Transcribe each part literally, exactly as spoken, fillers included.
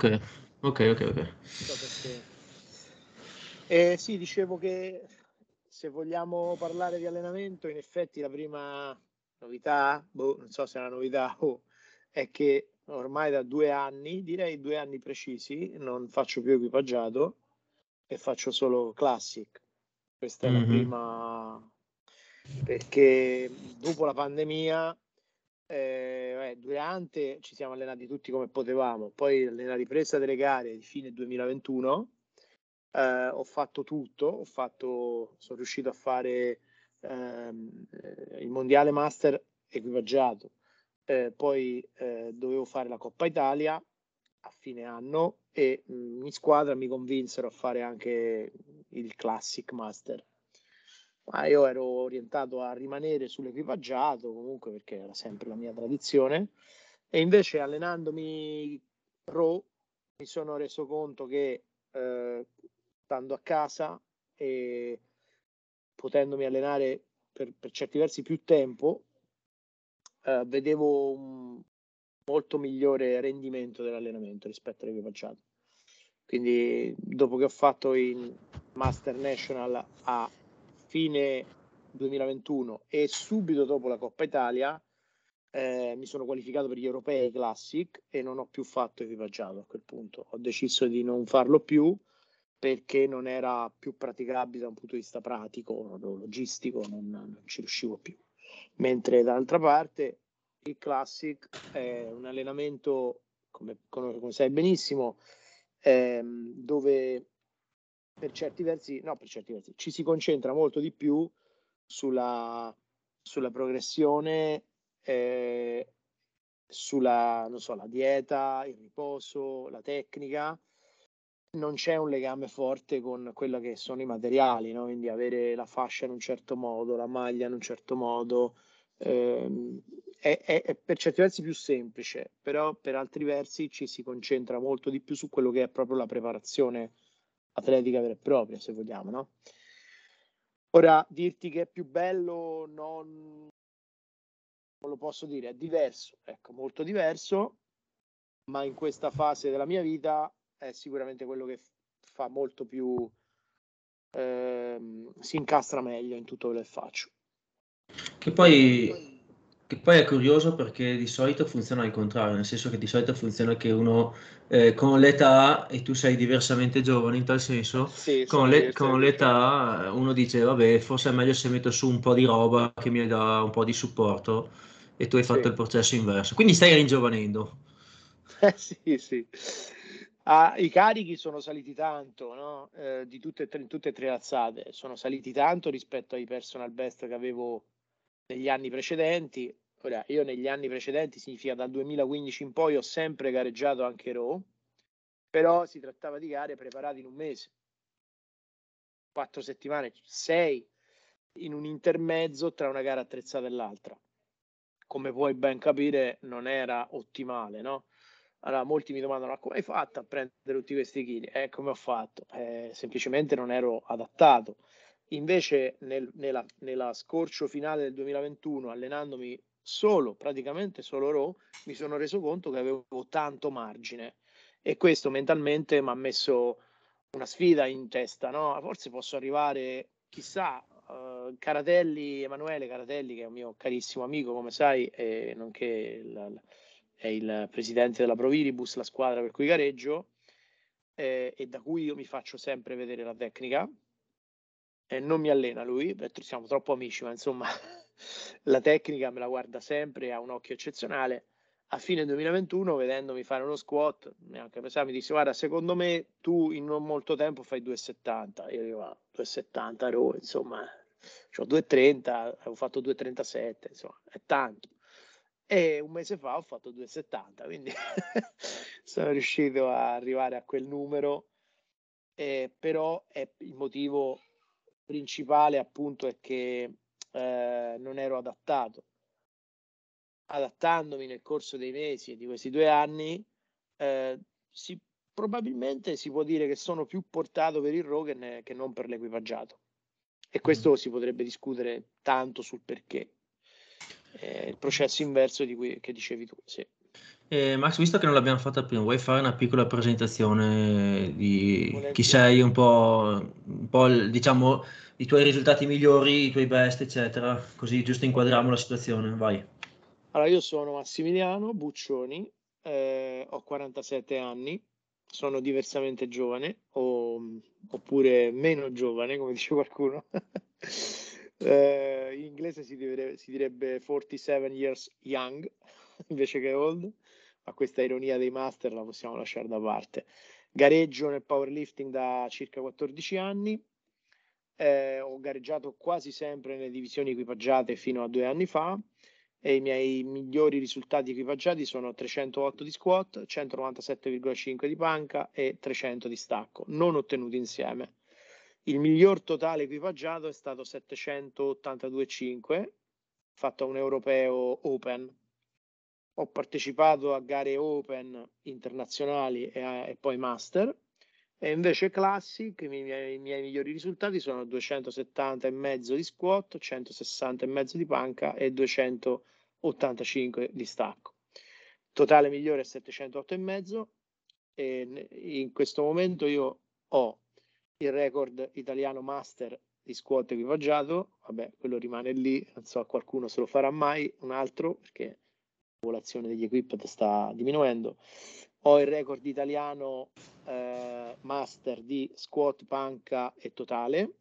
Ok, ok, ok, ok. Non so perché. Eh, sì, dicevo che se vogliamo parlare di allenamento, in effetti la prima novità, boh, non so se è una novità o è che ormai da due anni, direi due anni precisi, non faccio più equipaggiato e faccio solo classic. Questa è la Mhm. prima, perché dopo la pandemia, eh, eh, durante ci siamo allenati tutti come potevamo, poi nella ripresa delle gare di fine duemilaventuno eh, ho fatto tutto, ho fatto, sono riuscito a fare ehm, eh, il mondiale master equipaggiato, eh, poi eh, dovevo fare la Coppa Italia a fine anno e mh, in squadra mi convinsero a fare anche il Classic Master. Ma io ero orientato a rimanere sull'equipaggiato comunque perché era sempre la mia tradizione e invece allenandomi pro mi sono reso conto che eh, stando a casa e potendomi allenare per, per certi versi più tempo eh, vedevo un molto migliore rendimento dell'allenamento rispetto all'equipaggiato. Quindi dopo che ho fatto il Master National a fine duemilaventuno e subito dopo la Coppa Italia eh, mi sono qualificato per gli europei Classic e non ho più fatto equipaggiato a quel punto. Ho deciso di non farlo più perché non era più praticabile da un punto di vista pratico, logistico, non, non ci riuscivo più. Mentre dall'altra parte il Classic è un allenamento, come, come, come sai benissimo, ehm, dove per certi versi, no, per certi versi, ci si concentra molto di più sulla, sulla progressione, eh, sulla, non so, la dieta, il riposo, la tecnica. Non c'è un legame forte con quello che sono i materiali, no? Quindi avere la fascia in un certo modo, la maglia in un certo modo, ehm, è, è, è per certi versi più semplice, però per altri versi ci si concentra molto di più su quello che è proprio la preparazione atletica vera e propria, se vogliamo, no? Ora, dirti che è più bello non, non lo posso dire, è diverso, ecco, molto diverso, ma in questa fase della mia vita è sicuramente quello che fa molto più, ehm, si incastra meglio in tutto quello che faccio. Che poi, che poi è curioso perché di solito funziona al contrario, nel senso che di solito funziona che uno eh, con l'età, e tu sei diversamente giovane in tal senso, Sì, con sono le- con diversamente giovane. l'età eh, uno dice vabbè, forse è meglio se metto su un po' di roba che mi dà un po' di supporto e tu hai fatto Sì, il processo inverso. Quindi stai ringiovanendo. eh, sì, sì. Ah, i carichi sono saliti tanto, no? Eh, di tutte e tre, in tutte e tre le alzate, sono saliti tanto rispetto ai personal best che avevo negli anni precedenti. Ora, io negli anni precedenti, significa dal duemilaquindici in poi, ho sempre gareggiato anche Raw, però si trattava di gare preparate in un mese, quattro settimane, sei, in un intermezzo tra una gara attrezzata e l'altra. Come puoi ben capire, non era ottimale, no? Allora, molti mi domandano: ma come hai fatto a prendere tutti questi chili? Eh, come ho fatto? Eh, semplicemente non ero adattato. Invece, nel, nella, nella scorcio finale del duemilaventuno, allenandomi solo, praticamente solo Raw, mi sono reso conto che avevo tanto margine e questo mentalmente mi ha messo una sfida in testa, no? Forse posso arrivare, chissà, uh, Caratelli, Emanuele Caratelli, che è un mio carissimo amico, come sai, e nonché il, è il presidente della Proviribus, la squadra per cui gareggio, eh, e da cui io mi faccio sempre vedere la tecnica. E non mi allena lui, perché siamo troppo amici, ma insomma la tecnica me la guarda sempre, ha un occhio eccezionale. A fine duemilaventuno, vedendomi fare uno squat, neanche pensavo, mi disse: guarda, secondo me tu in non molto tempo fai due e settanta. Io dico: ah, due e settanta, ero, insomma, ho due e trenta, avevo fatto due e trentasette, insomma, è tanto. E un mese fa ho fatto due e settanta, quindi sono riuscito a arrivare a quel numero, eh, però è il motivo principale appunto è che eh, non ero adattato. Adattandomi nel corso dei mesi e di questi due anni, eh, si, probabilmente si può dire che sono più portato per il Raw che, ne, che non per l'equipaggiato. E questo si potrebbe discutere tanto sul perché. Eh, il processo inverso di cui che dicevi tu, sì. E Max, visto che non l'abbiamo fatta prima, vuoi fare una piccola presentazione di chi Volentieri. sei, un po', un po' il- diciamo, i tuoi risultati migliori, i tuoi best, eccetera, così giusto Ok. inquadriamo la situazione, vai. Allora, io sono Massimiliano Buccioni, eh, ho quarantasette anni, sono diversamente giovane, o- oppure meno giovane, come dice qualcuno. Eh, in inglese si direbbe, si direbbe quarantasette years young invece che old, ma questa ironia dei master la possiamo lasciare da parte. Gareggio nel powerlifting da circa quattordici anni, eh, ho gareggiato quasi sempre nelle divisioni equipaggiate fino a due anni fa e i miei migliori risultati equipaggiati sono trecentotto di squat, centonovantasette virgola cinque di panca e trecento di stacco, non ottenuti insieme. Il miglior totale equipaggiato è stato settecentottantadue virgola cinque, fatto a un europeo open. Ho partecipato a gare open internazionali e, a, e poi master, e invece classic i miei, i miei migliori risultati sono duecentosettanta e mezzo di squat, centosessanta e mezzo di panca e duecentottantacinque di stacco. Totale migliore è settecentotto e mezzo, e in questo momento io ho il record italiano master di squat equipaggiato, vabbè, quello rimane lì, non so, qualcuno se lo farà mai, un altro, perché la popolazione degli equipment sta diminuendo. Ho il record italiano eh, master di squat, panca e totale,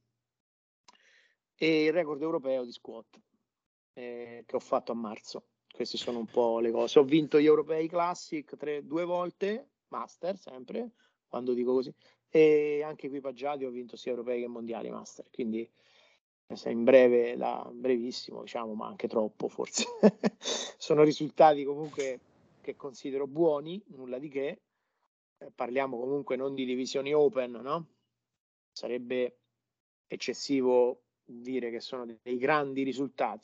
e il record europeo di squat eh, che ho fatto a marzo. Queste sono un po' le cose. Ho vinto gli europei classic tre, due volte, master sempre, quando dico così, e anche equipaggiati ho vinto sia europei che mondiali master, quindi in breve, da brevissimo, diciamo, ma anche troppo forse. Sono risultati comunque che considero buoni, nulla di che. Eh, parliamo comunque non di divisioni open, no? Sarebbe eccessivo dire che sono dei grandi risultati.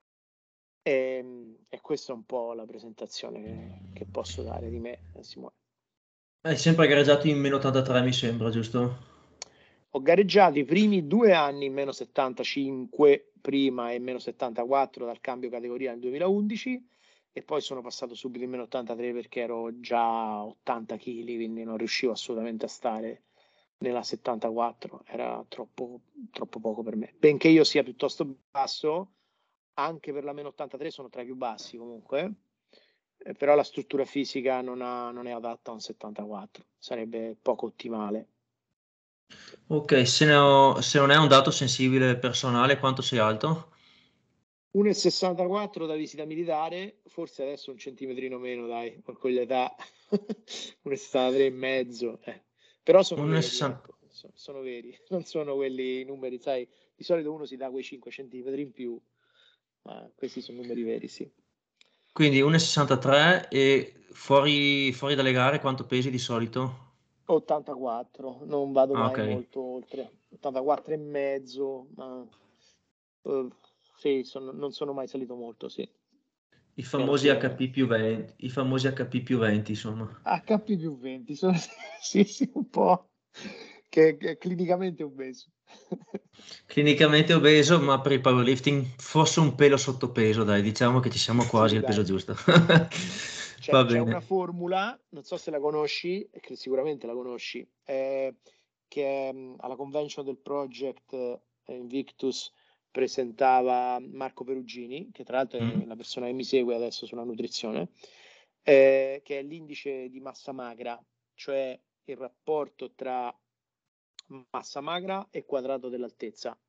E, e questa è un po' la presentazione che, che posso dare di me, Simone. Hai sempre gareggiato in meno ottantatré, mi sembra, giusto? Ho gareggiato i primi due anni in meno settantacinque prima e meno settantaquattro dal cambio categoria nel duemilaundici, e poi sono passato subito in meno ottantatré perché ero già ottanta chili, quindi non riuscivo assolutamente a stare nella settantaquattro, era troppo, troppo poco per me. Benché io sia piuttosto basso, anche per la meno ottantatré sono tra i più bassi comunque, eh, però la struttura fisica non, ha, non è adatta a un settantaquattro, sarebbe poco ottimale. Ok, se, ne ho- se non è un dato sensibile personale, quanto sei alto? uno virgola sessantaquattro da visita militare, forse adesso un centimetrino meno, dai, con l'età, uno virgola sessantatré e mezzo, eh. Però sono veri, uno virgola sessanta. ecco, sono, sono veri, non sono quelli numeri, sai, di solito uno si dà quei cinque centimetri in più, ma questi sono numeri veri, sì. Quindi uno virgola sessantatré e fuori, fuori dalle gare quanto pesi di solito? ottantaquattro, non vado Ah, mai ok. molto oltre, ottantaquattro e mezzo, ma uh, sì, sono, non sono mai salito molto, sì. I E alla famosi fine H P più venti, i famosi H P più venti, insomma. H P più venti, sono, sì, sì, un po' che, che è clinicamente obeso. Clinicamente obeso, ma per il powerlifting forse un pelo sottopeso, dai, diciamo che ci siamo quasi Sì, al peso dai. giusto. C'è, Va c'è una bene. formula, non so se la conosci, e che sicuramente la conosci, eh, che mh, alla convention del project eh, Invictus presentava Marco Perugini, che tra l'altro è Mm. la persona che mi segue adesso sulla nutrizione, eh, che è l'indice di massa magra, cioè il rapporto tra massa magra e quadrato dell'altezza,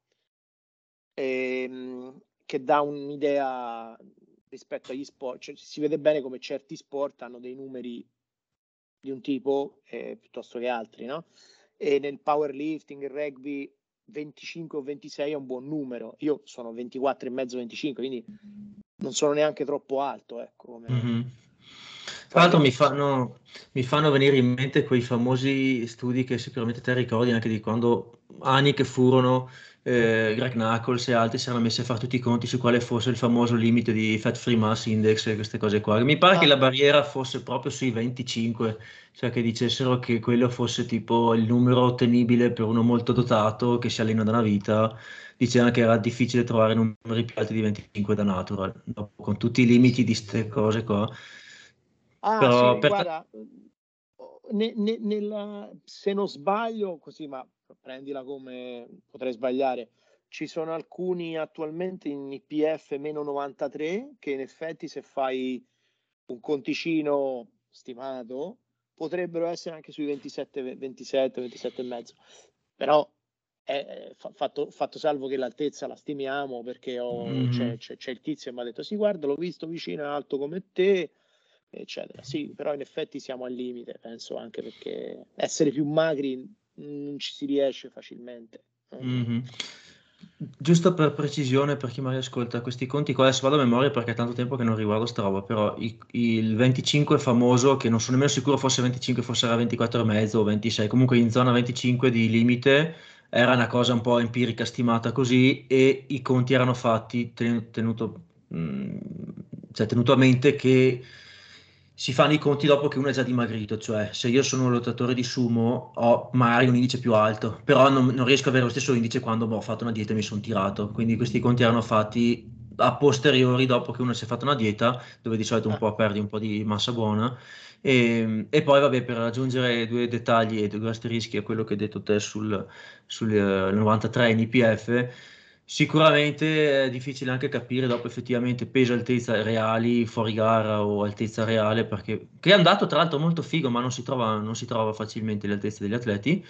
ehm, che dà un'idea rispetto agli sport, cioè, si vede bene come certi sport hanno dei numeri di un tipo eh, piuttosto che altri, no? E nel powerlifting, il rugby, venticinque o ventisei è un buon numero. Io sono ventiquattro e mezzo, venticinque, quindi non sono neanche troppo alto, ecco, come Mhm. Tra l'altro mi parliamoci. fanno, mi fanno venire in mente quei famosi studi che sicuramente te ricordi anche di quando anni che furono eh, Greg Knuckles e altri si erano messi a fare tutti i conti su quale fosse il famoso limite di Fat Free Mass Index e queste cose qua. Mi pare che Ah, la barriera fosse proprio sui venticinque, cioè che dicessero che quello fosse tipo il numero ottenibile per uno molto dotato che si allena da una vita. Dicevano che era difficile trovare numeri più alti di venticinque da natural, dopo, con tutti i limiti di queste cose qua. Ah Però sì, per ta- guarda, ne- ne- nella- se non sbaglio, così, ma prendila come potrei sbagliare, ci sono alcuni attualmente in I P F meno novantatré che in effetti se fai un conticino stimato potrebbero essere anche sui ventisette, ventisette, ventisette e mezzo. Però è fa- fatto, fatto salvo che l'altezza la stimiamo perché ho- c'è, Mhm. c'è- c'è il tizio e mi ha detto sì, guarda, l'ho visto vicino, è alto come te, eccetera. Sì, però in effetti siamo al limite, penso, anche perché essere più magri non ci si riesce facilmente. Non- Mhm. Giusto per precisione, per chi magari ascolta questi conti qua, adesso vado a memoria perché è tanto tempo che non riguardo sta roba, però i- il venticinque famoso, che non sono nemmeno sicuro fosse venticinque, forse era ventiquattro e mezzo o ventisei, comunque in zona venticinque di limite, era una cosa un po' empirica stimata così, e i conti erano fatti ten- tenuto, mh, cioè tenuto a mente che si fanno i conti dopo che uno è già dimagrito, cioè se io sono un lottatore di sumo ho magari un indice più alto, però non, non riesco ad avere lo stesso indice quando boh, ho fatto una dieta e mi sono tirato, quindi questi conti erano fatti a posteriori dopo che uno si è fatto una dieta, dove di solito un ah, po' perdi un po' di massa buona, e, e poi vabbè, per aggiungere due dettagli e due asterischi a quello che hai detto te sul, sul eh, novantatré in I P F. Sicuramente è difficile anche capire dopo effettivamente peso e altezza reali fuori gara o altezza reale, perché che è un dato tra l'altro molto figo, ma non si trova, non si trova facilmente le altezze degli atleti.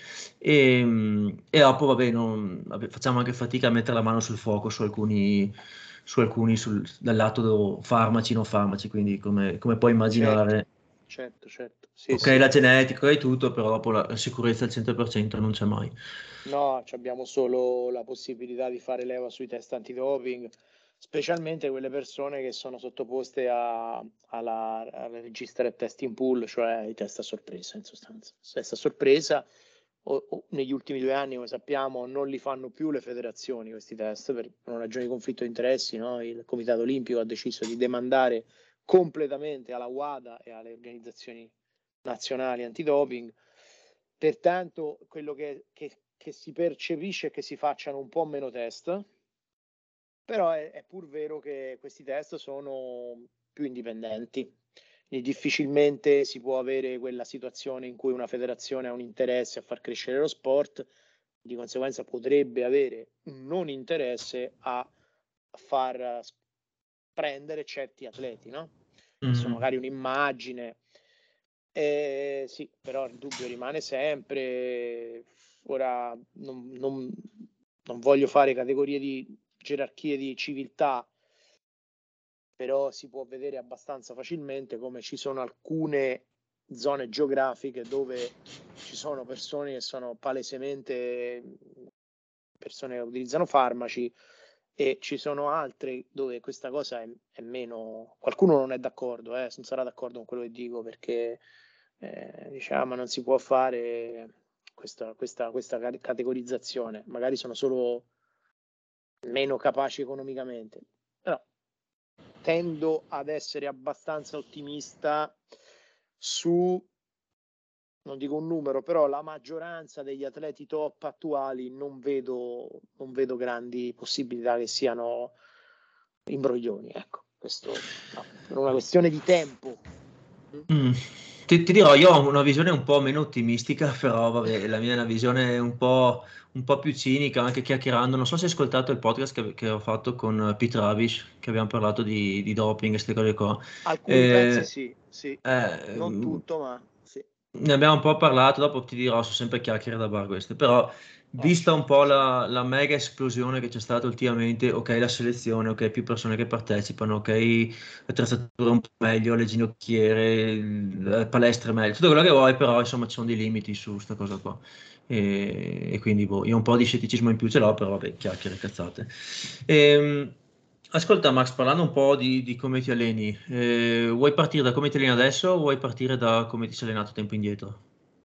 E, e dopo, vabbè, non- vabbè, facciamo anche fatica a mettere la mano sul fuoco su alcuni, su alcuni sul, dal lato farmaci, non farmaci, quindi come, come puoi certo, immaginare, certo, certo. Sì, ok, sì. la genetica e tutto, però dopo la, la sicurezza al cento per cento non c'è mai. No, ci abbiamo solo la possibilità di fare leva sui test antidoping, specialmente quelle persone che sono sottoposte a- alla, alla registered testing pool, cioè i test a sorpresa in sostanza. Test a sorpresa, o- o negli ultimi due anni, come sappiamo, non li fanno più le federazioni questi test per una ragione di conflitto di interessi, no? Il Comitato Olimpico ha deciso di demandare completamente alla WADA e alle organizzazioni nazionali antidoping. Pertanto, quello che, che- che si percepisce è che si facciano un po' meno test, però è, è pur vero che questi test sono più indipendenti. Quindi difficilmente si può avere quella situazione in cui una federazione ha un interesse a far crescere lo sport, di conseguenza potrebbe avere un non interesse a far prendere certi atleti, no? Adesso Mhm. magari un'immagine, eh, sì, però il dubbio rimane sempre. Ora non, non- non voglio fare categorie di gerarchie di civiltà, però si può vedere abbastanza facilmente come ci sono alcune zone geografiche dove ci sono persone che sono palesemente persone che utilizzano farmaci e ci sono altre dove questa cosa è, è meno. Qualcuno non è d'accordo, eh, non sarà d'accordo con quello che dico perché eh, dice ah, ma non si può fare questa, questa, questa categorizzazione, magari sono solo meno capaci economicamente, però tendo ad essere abbastanza ottimista su, non dico un numero, però la maggioranza degli atleti top attuali non vedo, non vedo grandi possibilità che siano imbroglioni, ecco, questo no, per una questione di tempo. Mm. Ti, ti dirò, io ho una visione un po' meno ottimistica, però vabbè, la mia è una visione un po', un po' più cinica, anche chiacchierando. Non so se hai ascoltato il podcast che, che ho fatto con Pete Ravish, che abbiamo parlato di, di doping e queste cose qua. Alcuni pezzi Eh, sì, sì, eh, non tutto, ma sì. Ne abbiamo un po' parlato, dopo ti dirò, sono sempre chiacchiere da bar queste, però Eh, vista un certo, po' certo. la, la mega esplosione che c'è stata ultimamente, ok, la selezione, ok, più persone che partecipano, ok, l'attrezzatura un po' meglio, le ginocchiere, le palestre meglio, tutto quello che vuoi, però insomma ci sono dei limiti su questa cosa qua. E, e quindi boh, io un po' di scetticismo in più ce l'ho, però vabbè, chiacchiere, cazzate. Ehm, Ascolta Max, parlando un po' di, di come ti alleni, eh, vuoi partire da come ti alleni adesso o vuoi partire da come ti sei allenato tempo indietro?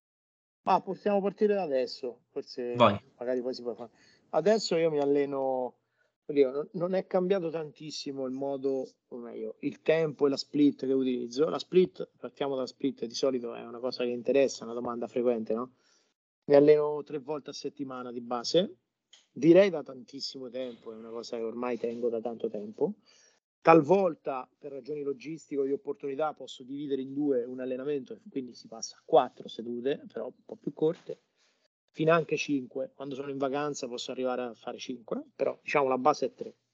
Ma possiamo partire da adesso, forse Vai. magari poi si può fare. Adesso io mi alleno, oddio, non non è cambiato tantissimo il modo, o meglio, il tempo e la split che utilizzo. La split, partiamo dalla split, di solito è una cosa che interessa, una domanda frequente, no? Mi alleno tre volte a settimana di base, direi da tantissimo tempo, è una cosa che ormai tengo da tanto tempo. talvolta per ragioni logistiche o di opportunità posso dividere in due un allenamento, quindi si passa a quattro sedute, però un po' più corte, fino anche cinque. Quando sono in vacanza posso arrivare a fare cinque, però diciamo la base è tre.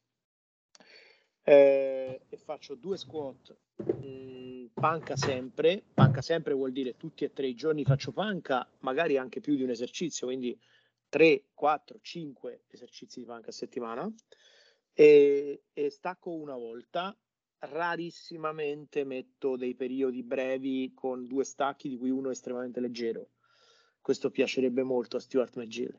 Eh, e faccio due squat, mh, panca sempre. Panca sempre vuol dire tutti e tre i giorni faccio panca, magari anche più di un esercizio, quindi tre, quattro, cinque esercizi di panca a settimana, e, e stacco una volta. Rarissimamente metto dei periodi brevi con due stacchi, di cui uno estremamente leggero. Questo piacerebbe molto a Stuart McGill.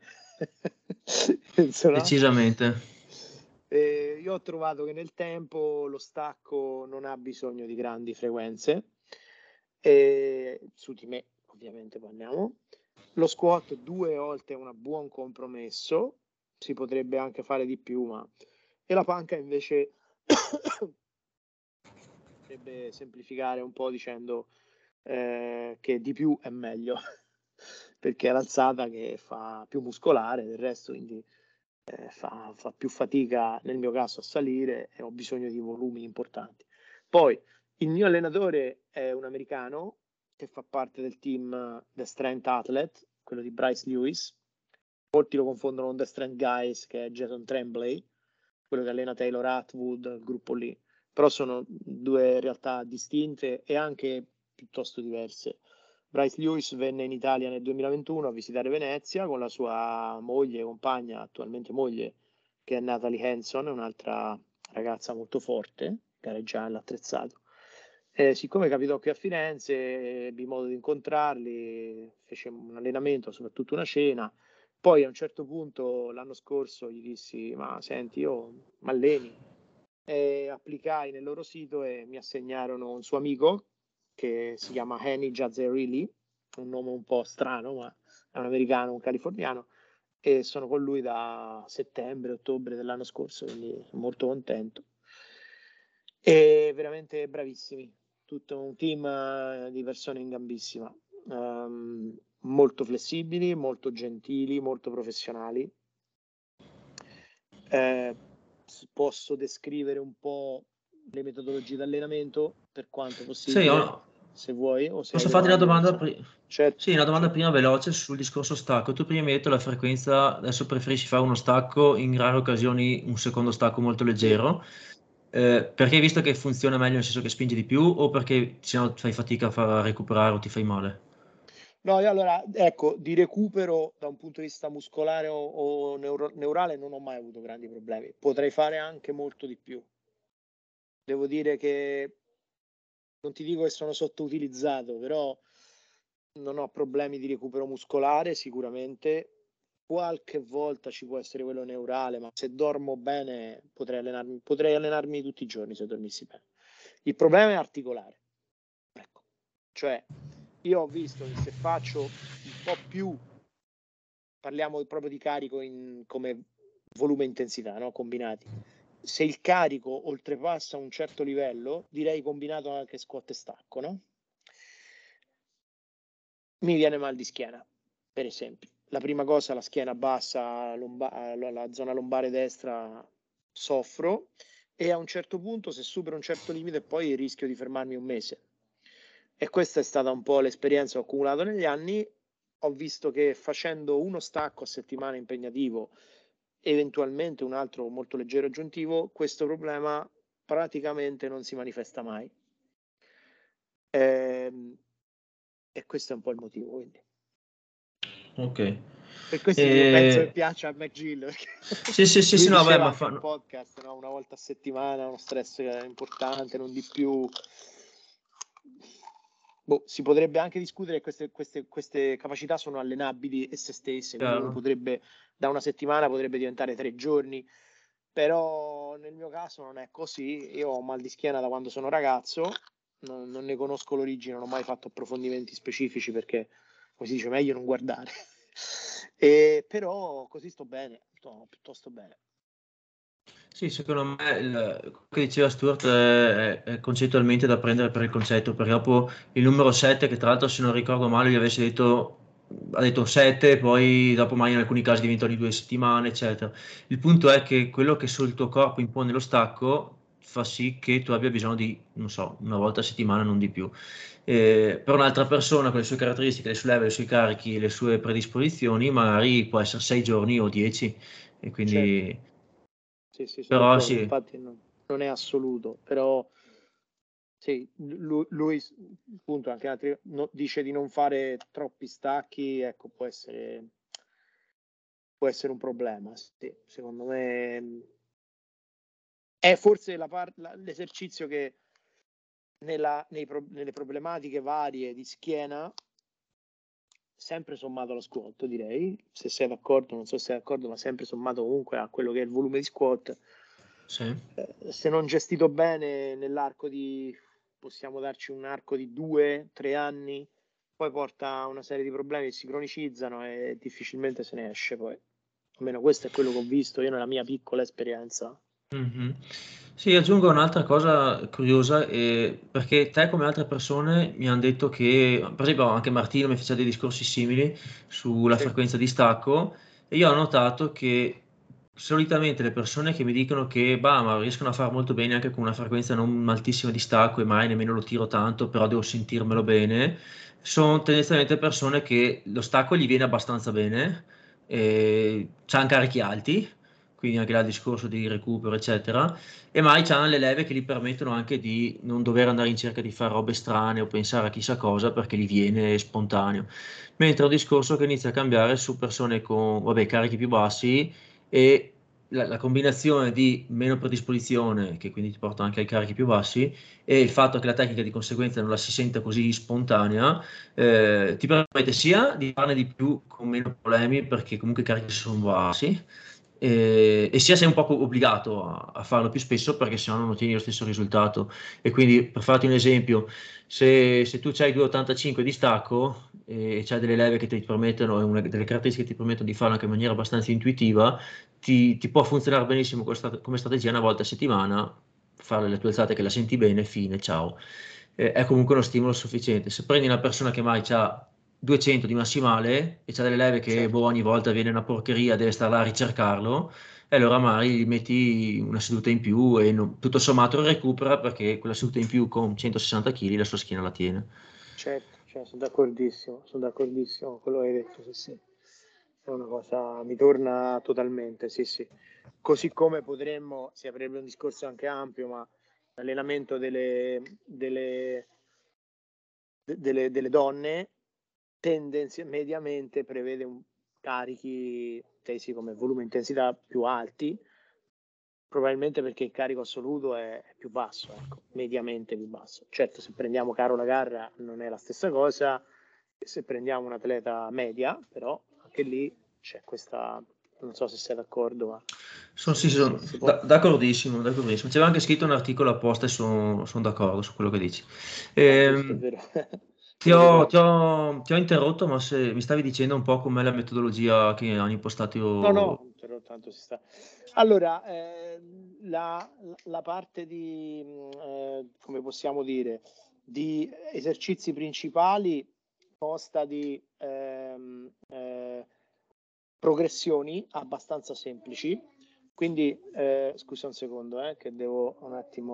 Decisamente. Eh, io ho trovato che nel tempo lo stacco non ha bisogno di grandi frequenze, e su di me ovviamente parliamo. Lo squat due volte è un buon compromesso, si potrebbe anche fare di più, ma e la panca invece potrebbe semplificare un po' dicendo eh, che di più è meglio, perché è l'alzata che fa più muscolare, del resto quindi eh, fa, fa più fatica nel mio caso a salire e ho bisogno di volumi importanti. Poi il mio allenatore è un americano che fa parte del team The Strength Athlete, quello di Bryce Lewis. Molti lo confondono con The Strength Guys, che è Jason Tremblay, quello che allena Taylor Atwood, il gruppo lì. Però sono due realtà distinte e anche piuttosto diverse. Bryce Lewis venne in Italia nel duemilaventuno a visitare Venezia con la sua moglie, compagna, attualmente moglie, che è Natalie Hanson, un'altra ragazza molto forte, gareggia all'attrezzato. Eh, siccome capitò qui a Firenze, ebbi modo di incontrarli, fece un allenamento, soprattutto una cena. Poi a un certo punto l'anno scorso gli dissi: ma senti, io mi alleni? E applicai nel loro sito e mi assegnarono un suo amico che si chiama Henny Jazzerilli, un nome un po' strano, ma è un americano, un californiano, e sono con lui da settembre, ottobre dell'anno scorso, quindi sono molto contento. E veramente bravissimi, tutto un team di persone in gambissima, um, molto flessibili, molto gentili, molto professionali. Eh, posso descrivere un po' le metodologie di allenamento per quanto possibile, Sì, ho- se vuoi, o se hai posso farti una domande. domanda, So. pri- Certo, sì, una domanda certo. prima veloce sul discorso stacco. Tu prima hai detto la frequenza, adesso preferisci fare uno stacco, in rare occasioni un secondo stacco molto Sì. leggero, eh, perché hai visto che funziona meglio nel senso che spingi di più o perché sennò fai fatica a far a recuperare o ti fai male? No, io allora, ecco, di recupero da un punto di vista muscolare o, o neuro- neurale non ho mai avuto grandi problemi. Potrei fare anche molto di più. Devo dire che non ti dico che sono sottoutilizzato, però non ho problemi di recupero muscolare sicuramente. Qualche volta ci può essere quello neurale, ma se dormo bene potrei allenarmi, potrei allenarmi tutti i giorni se dormissi bene. Il problema è articolare. Ecco. Cioè, io ho visto che se faccio un po' più, parliamo proprio di carico in, come volume e intensità, no? Combinati. Se il carico oltrepassa un certo livello, direi combinato anche squat e stacco, no? Mi viene mal di schiena, per esempio. La prima cosa, la schiena bassa, lomba- la zona lombare destra, soffro, e a un certo punto, se supero un certo limite, poi rischio di fermarmi un mese. E questa è stata un po' l'esperienza che ho accumulato negli anni. Ho visto che facendo uno stacco a settimana impegnativo, eventualmente un altro molto leggero aggiuntivo, questo problema praticamente non si manifesta mai. Ehm, e questo è un po' il motivo, quindi. Ok. Per questo io penso che E... piaccia a McGill, perché Sì, sì, sì, lui sì, no, beh, diceva ma anche in fanno... podcast, no? Una volta a settimana, uno stress importante, non di più. Boh, si potrebbe anche discutere che queste, queste, queste capacità sono allenabili e se stesse, quindi uno Chiaro. potrebbe, da una settimana potrebbe diventare tre giorni, però nel mio caso non è così. Io ho mal di schiena da quando sono ragazzo, non, non ne conosco l'origine, non ho mai fatto approfondimenti specifici perché, come si dice, meglio non guardare. E, però così sto bene, sto piuttosto bene. Sì, secondo me il, quello che diceva Stuart è, è concettualmente da prendere per il concetto, perché dopo il numero sette, che tra l'altro se non ricordo male gli avesse detto, ha detto sette, poi dopo mai in alcuni casi diventano di due settimane, eccetera. Il punto è che quello che sul tuo corpo impone lo stacco fa sì che tu abbia bisogno di, non so, una volta a settimana, non di più. Eh, per un'altra persona con le sue caratteristiche, le sue leve, i suoi carichi, le sue predisposizioni, magari può essere sei giorni o dieci, e Certo, quindi, sì, sì, sono però d'accordo, sì, infatti non, non è assoluto, però sì, lui, lui appunto anche altri, no, dice di non fare troppi stacchi, ecco, può essere, può essere un problema, sì, secondo me è forse la par- la- l'esercizio che nella, nei pro- nelle problematiche varie di schiena, sempre sommato allo squat, direi, se sei d'accordo, non so se sei d'accordo, ma sempre sommato comunque a quello che è il volume di squat, sì. eh, se non gestito bene nell'arco di, possiamo darci un arco di due, tre anni, poi porta a una serie di problemi che si cronicizzano e difficilmente se ne esce poi. Almeno questo è quello che ho visto io nella mia piccola esperienza. Mhm. Sì, aggiungo un'altra cosa curiosa, eh, perché te come altre persone mi hanno detto che, per esempio anche Martino mi faceva dei discorsi simili sulla Sì, frequenza di stacco, e io ho notato che solitamente le persone che mi dicono che bah, ma riescono a fare molto bene anche con una frequenza non altissima di stacco e mai nemmeno lo tiro tanto, però devo sentirmelo bene, sono tendenzialmente persone che lo stacco gli viene abbastanza bene, e c'hanno carichi alti, quindi anche là il discorso di recupero, eccetera, e mai c'hanno le leve che gli permettono anche di non dover andare in cerca di fare robe strane o pensare a chissà cosa perché gli viene spontaneo. Mentre è un discorso che inizia a cambiare su persone con, vabbè, carichi più bassi, e la, la combinazione di meno predisposizione, che quindi ti porta anche ai carichi più bassi, e il fatto che la tecnica di conseguenza non la si senta così spontanea, eh, ti permette sia di farne di più con meno problemi perché comunque i carichi sono bassi, e, e sia sei un po' obbligato a, a farlo più spesso perché sennò non ottieni lo stesso risultato. E quindi per farti un esempio, se, se tu hai due virgola ottantacinque di stacco e c'hai delle leve che ti permettono, e una, delle caratteristiche che ti permettono di farlo anche in maniera abbastanza intuitiva, ti, ti può funzionare benissimo come strate- come strategia una volta a settimana, fare le tue alzate che la senti bene, fine, ciao. Eh, è comunque uno stimolo sufficiente. Se prendi una persona che mai ha duecento di massimale e c'ha delle leve che boh, certo. ogni volta viene una porcheria, deve stare là a ricercarlo, e allora magari gli metti una seduta in più e non- tutto sommato recupera perché quella seduta in più con centosessanta chili la sua schiena la tiene. Certo, cioè, sono d'accordissimo, sono d'accordissimo con quello che hai detto, sì, sì. È una cosa, mi torna totalmente, sì, sì. Così come potremmo, si aprirebbe un discorso anche ampio, ma l'allenamento delle, delle, de- delle, delle donne tendenzi- mediamente prevede un carichi tesi come volume e intensità più alti, probabilmente perché il carico assoluto è, è più basso, ecco, mediamente più basso. Certo, se prendiamo Carola Garra non è la stessa cosa, se prendiamo un atleta media, però anche lì c'è questa, non so se sei d'accordo, ma Sono, sì, si, si, sono si può... da- d'accordissimo, d'accordissimo. C'era anche scritto un articolo apposta e sono, sono d'accordo su quello che dici. Ah, giusto, è Ehm, vero, ti me lo ho, ti ricordo. ho- ti ho interrotto, ma se mi stavi dicendo un po' com'è la metodologia che hanno No, impostato. no, però tanto si sta. Allora, eh, la, la parte di, mh, eh, come possiamo dire, di esercizi principali consta di ehm, eh, progressioni abbastanza semplici. Quindi, eh, scusa un secondo, eh, che devo un attimo.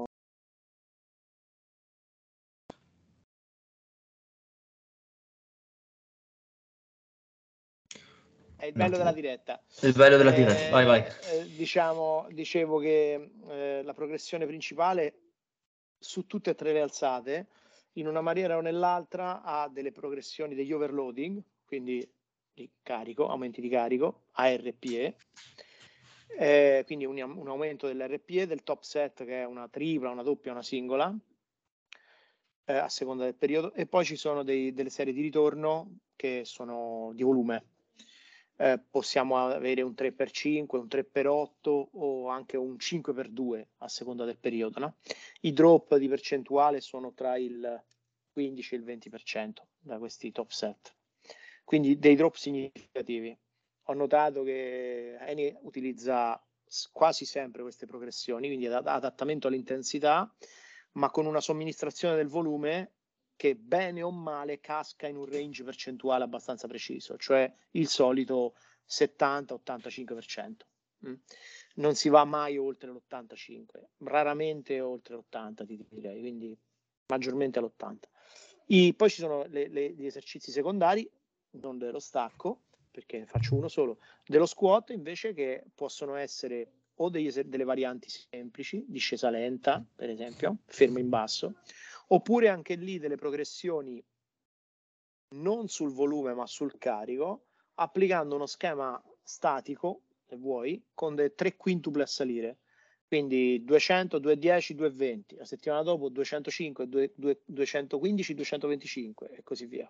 È il Un bello della attimo. diretta. È il bello della diretta. Vai, vai. Eh, eh, diciamo, dicevo che eh, la progressione principale su tutte e tre le alzate, in una maniera o nell'altra, ha delle progressioni degli overloading, quindi di carico, aumenti di carico, A R P E, eh, quindi un, un aumento dell'R P E, del top set che è una tripla, una doppia, una singola, eh, a seconda del periodo, e poi ci sono dei, delle serie di ritorno che sono di volume. Eh, possiamo avere un tre per cinque, un tre per otto o anche un cinque per due a seconda del periodo. No? I drop di percentuale sono tra il quindici e il venti per cento da questi top set, quindi dei drop significativi. Ho notato che Eni utilizza quasi sempre queste progressioni, quindi adattamento all'intensità, ma con una somministrazione del volume che bene o male casca in un range percentuale abbastanza preciso, cioè il solito settanta ottantacinque per cento. Mm. Non si va mai oltre l'ottantacinque, raramente oltre l'ottanta, ti direi, quindi maggiormente all'ottanta. I, poi ci sono le, le, gli esercizi secondari, non dello stacco, perché ne faccio uno solo, dello squat invece, che possono essere o degli, delle varianti semplici, discesa lenta, per esempio, fermo in basso, oppure anche lì delle progressioni non sul volume ma sul carico, applicando uno schema statico, se vuoi, con dei tre quintuple a salire. Quindi duecento, duecentodieci, duecentoventi, la settimana dopo duecentocinque, duecentoquindici, duecentoventicinque e così via.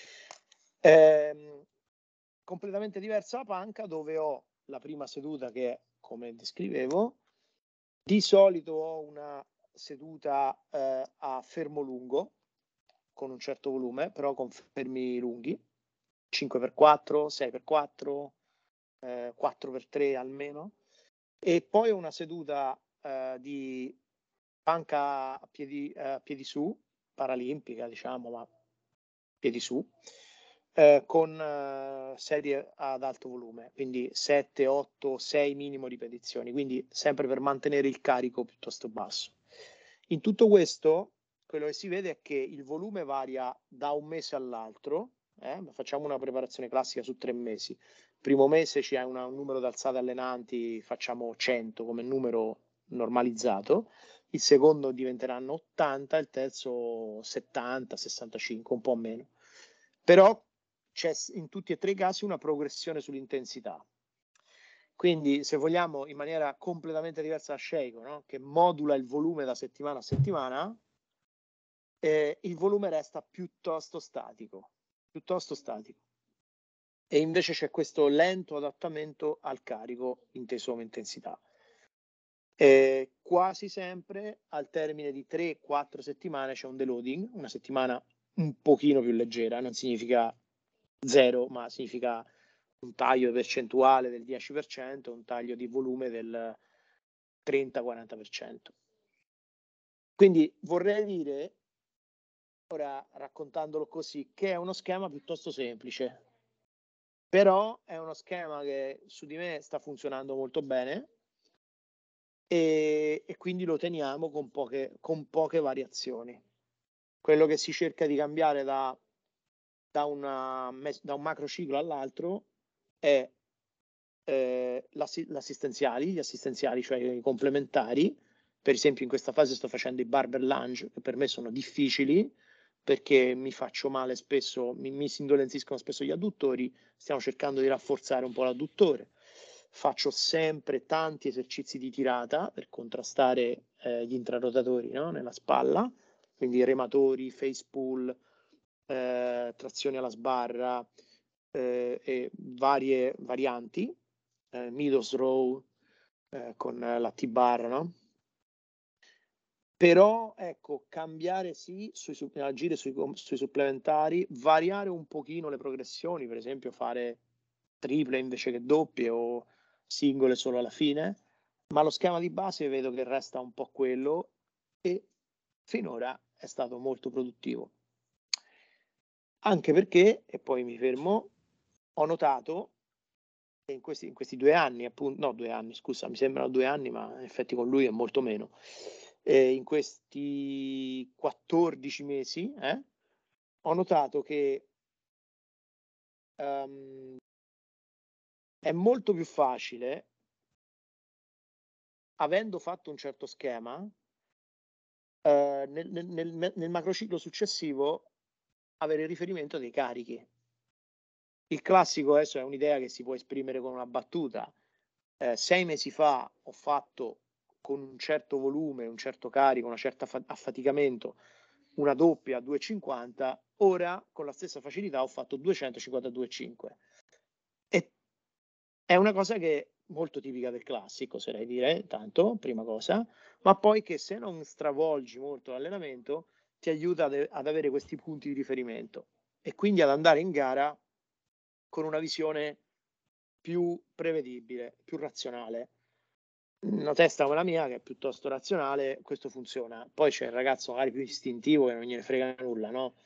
Ehm, completamente diversa la panca, dove ho la prima seduta che, come descrivevo, di solito ho una seduta eh, a fermo lungo, con un certo volume, però con fermi lunghi, cinque per quattro, sei per quattro, eh, quattro per tre almeno, e poi una seduta eh, di panca a piedi, eh, a piedi su, paralimpica diciamo, ma piedi su, eh, con eh, serie ad alto volume, quindi sette, otto, sei minimo ripetizioni, quindi sempre per mantenere il carico piuttosto basso. In tutto questo, quello che si vede è che il volume varia da un mese all'altro. Eh? Facciamo una preparazione classica su tre mesi. Primo mese c'è una, un numero di alzate allenanti, facciamo cento come numero normalizzato, il secondo diventeranno ottanta, il terzo settanta, sessantacinque, un po' meno. Però c'è in tutti e tre i casi una progressione sull'intensità. Quindi, se vogliamo, in maniera completamente diversa da Sheiko, no? Che modula il volume da settimana a settimana, eh, il volume resta piuttosto statico, piuttosto statico. E invece c'è questo lento adattamento al carico, inteso come intensità. Eh, quasi sempre al termine di tre quattro settimane c'è un deloading, una settimana un pochino più leggera, non significa zero, ma significa un taglio percentuale del dieci per cento, un taglio di volume del trenta quaranta per cento. Quindi vorrei dire, ora raccontandolo così, che è uno schema piuttosto semplice, però è uno schema che su di me sta funzionando molto bene e, e quindi lo teniamo con poche, con poche variazioni. Quello che si cerca di cambiare da, da, una, da un macro ciclo all'altro è eh, l'assistenziali, gli assistenziali, cioè i complementari. Per esempio in questa fase sto facendo i barbell lunge, che per me sono difficili perché mi faccio male spesso, mi, mi si indolenziscono spesso gli adduttori, stiamo cercando di rafforzare un po' l'adduttore. Faccio sempre tanti esercizi di tirata per contrastare eh, gli intrarotatori, no? Nella spalla, quindi rematori, face pull, eh, trazioni alla sbarra eh, e varie varianti, eh, middle row eh, con la T-bar, no? Però ecco, cambiare sì, sui, agire sui, sui supplementari, variare un pochino le progressioni, per esempio fare triple invece che doppie o singole solo alla fine, ma lo schema di base vedo che resta un po' quello e finora è stato molto produttivo. Anche perché, e poi mi fermo, ho notato che in questi, in questi due anni, appunto, no due anni, scusa, mi sembrano due anni, ma in effetti con lui è molto meno, eh, in questi quattordici mesi eh, ho notato che um, è molto più facile, avendo fatto un certo schema, eh, nel, nel, nel, nel macrociclo successivo avere riferimento dei carichi. Il classico adesso è un'idea che si può esprimere con una battuta. Eh, sei mesi fa ho fatto con un certo volume, un certo carico, una certa fa- affaticamento, una doppia a due e cinquanta, ora con la stessa facilità ho fatto duecentocinquanta a due e cinque. E è una cosa che è molto tipica del classico, oserei dire, tanto, prima cosa, ma poi che se non stravolgi molto l'allenamento ti aiuta ad, ad avere questi punti di riferimento e quindi ad andare in gara con una visione più prevedibile, più razionale. Una testa come la mia, che è piuttosto razionale, questo funziona. Poi c'è il ragazzo magari più istintivo che non gliene frega nulla, no?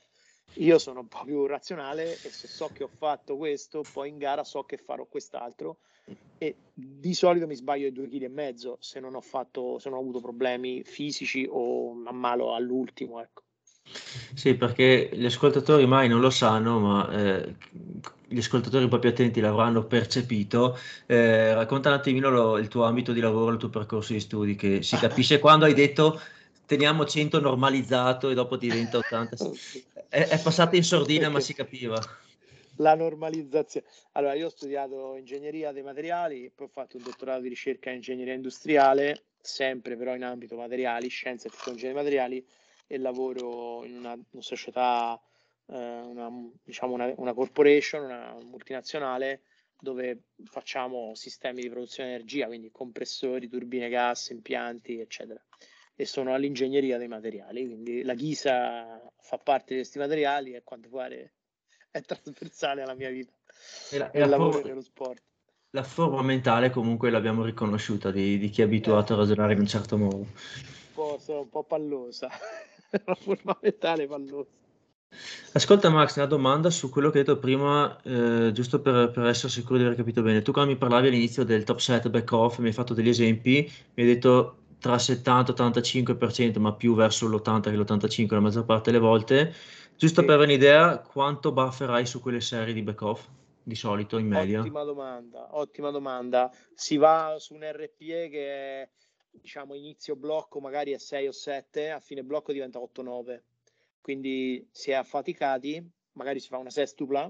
Io sono un po' più razionale e se so che ho fatto questo, poi in gara so che farò quest'altro e di solito mi sbaglio di due chili e mezzo se non ho fatto, se non ho avuto problemi fisici o ammalo all'ultimo, ecco. Sì, perché gli ascoltatori mai non lo sanno, ma eh, gli ascoltatori un po' più attenti l'avranno percepito. Eh, racconta un attimino lo- il tuo ambito di lavoro, il tuo percorso di studi, che si capisce quando hai detto teniamo cento normalizzato e dopo diventa ottanta. È, è passata in sordina, ma Perché si capiva. la normalizzazione. Allora, io ho studiato ingegneria dei materiali, poi ho fatto un dottorato di ricerca in ingegneria industriale, sempre però in ambito materiali, scienze e tecnologie dei materiali, e lavoro in una, una società, eh, una, diciamo una, una corporation, una multinazionale, dove facciamo sistemi di produzione di energia, quindi compressori, turbine gas, impianti, eccetera. E sono all'ingegneria dei materiali, quindi la ghisa fa parte di questi materiali e a quanto pare è trasversale alla mia vita, E la, e nel la lavoro e for- nello sport. la forma mentale comunque l'abbiamo riconosciuta di, di chi è Eh, abituato a ragionare in un certo modo. un po', sono un po' pallosa, una forma mentale pallosa. Ascolta Max, una domanda su quello che hai detto prima, eh, giusto per, per essere sicuro di aver capito bene. Tu quando mi parlavi all'inizio del top set back off, mi hai fatto degli esempi, mi hai detto tra settanta e ottantacinque per cento, ma più verso l'ottanta che l'ottantacinque la maggior parte delle volte. Giusto per Sì, avere un'idea, quanto buffer hai su quelle serie di back off, di solito, in media? ottima domanda, ottima domanda. Si va su un R P E che è, diciamo, inizio blocco magari è sei o sette, a fine blocco diventa otto nove. Quindi si è affaticati, magari si fa una sestupla,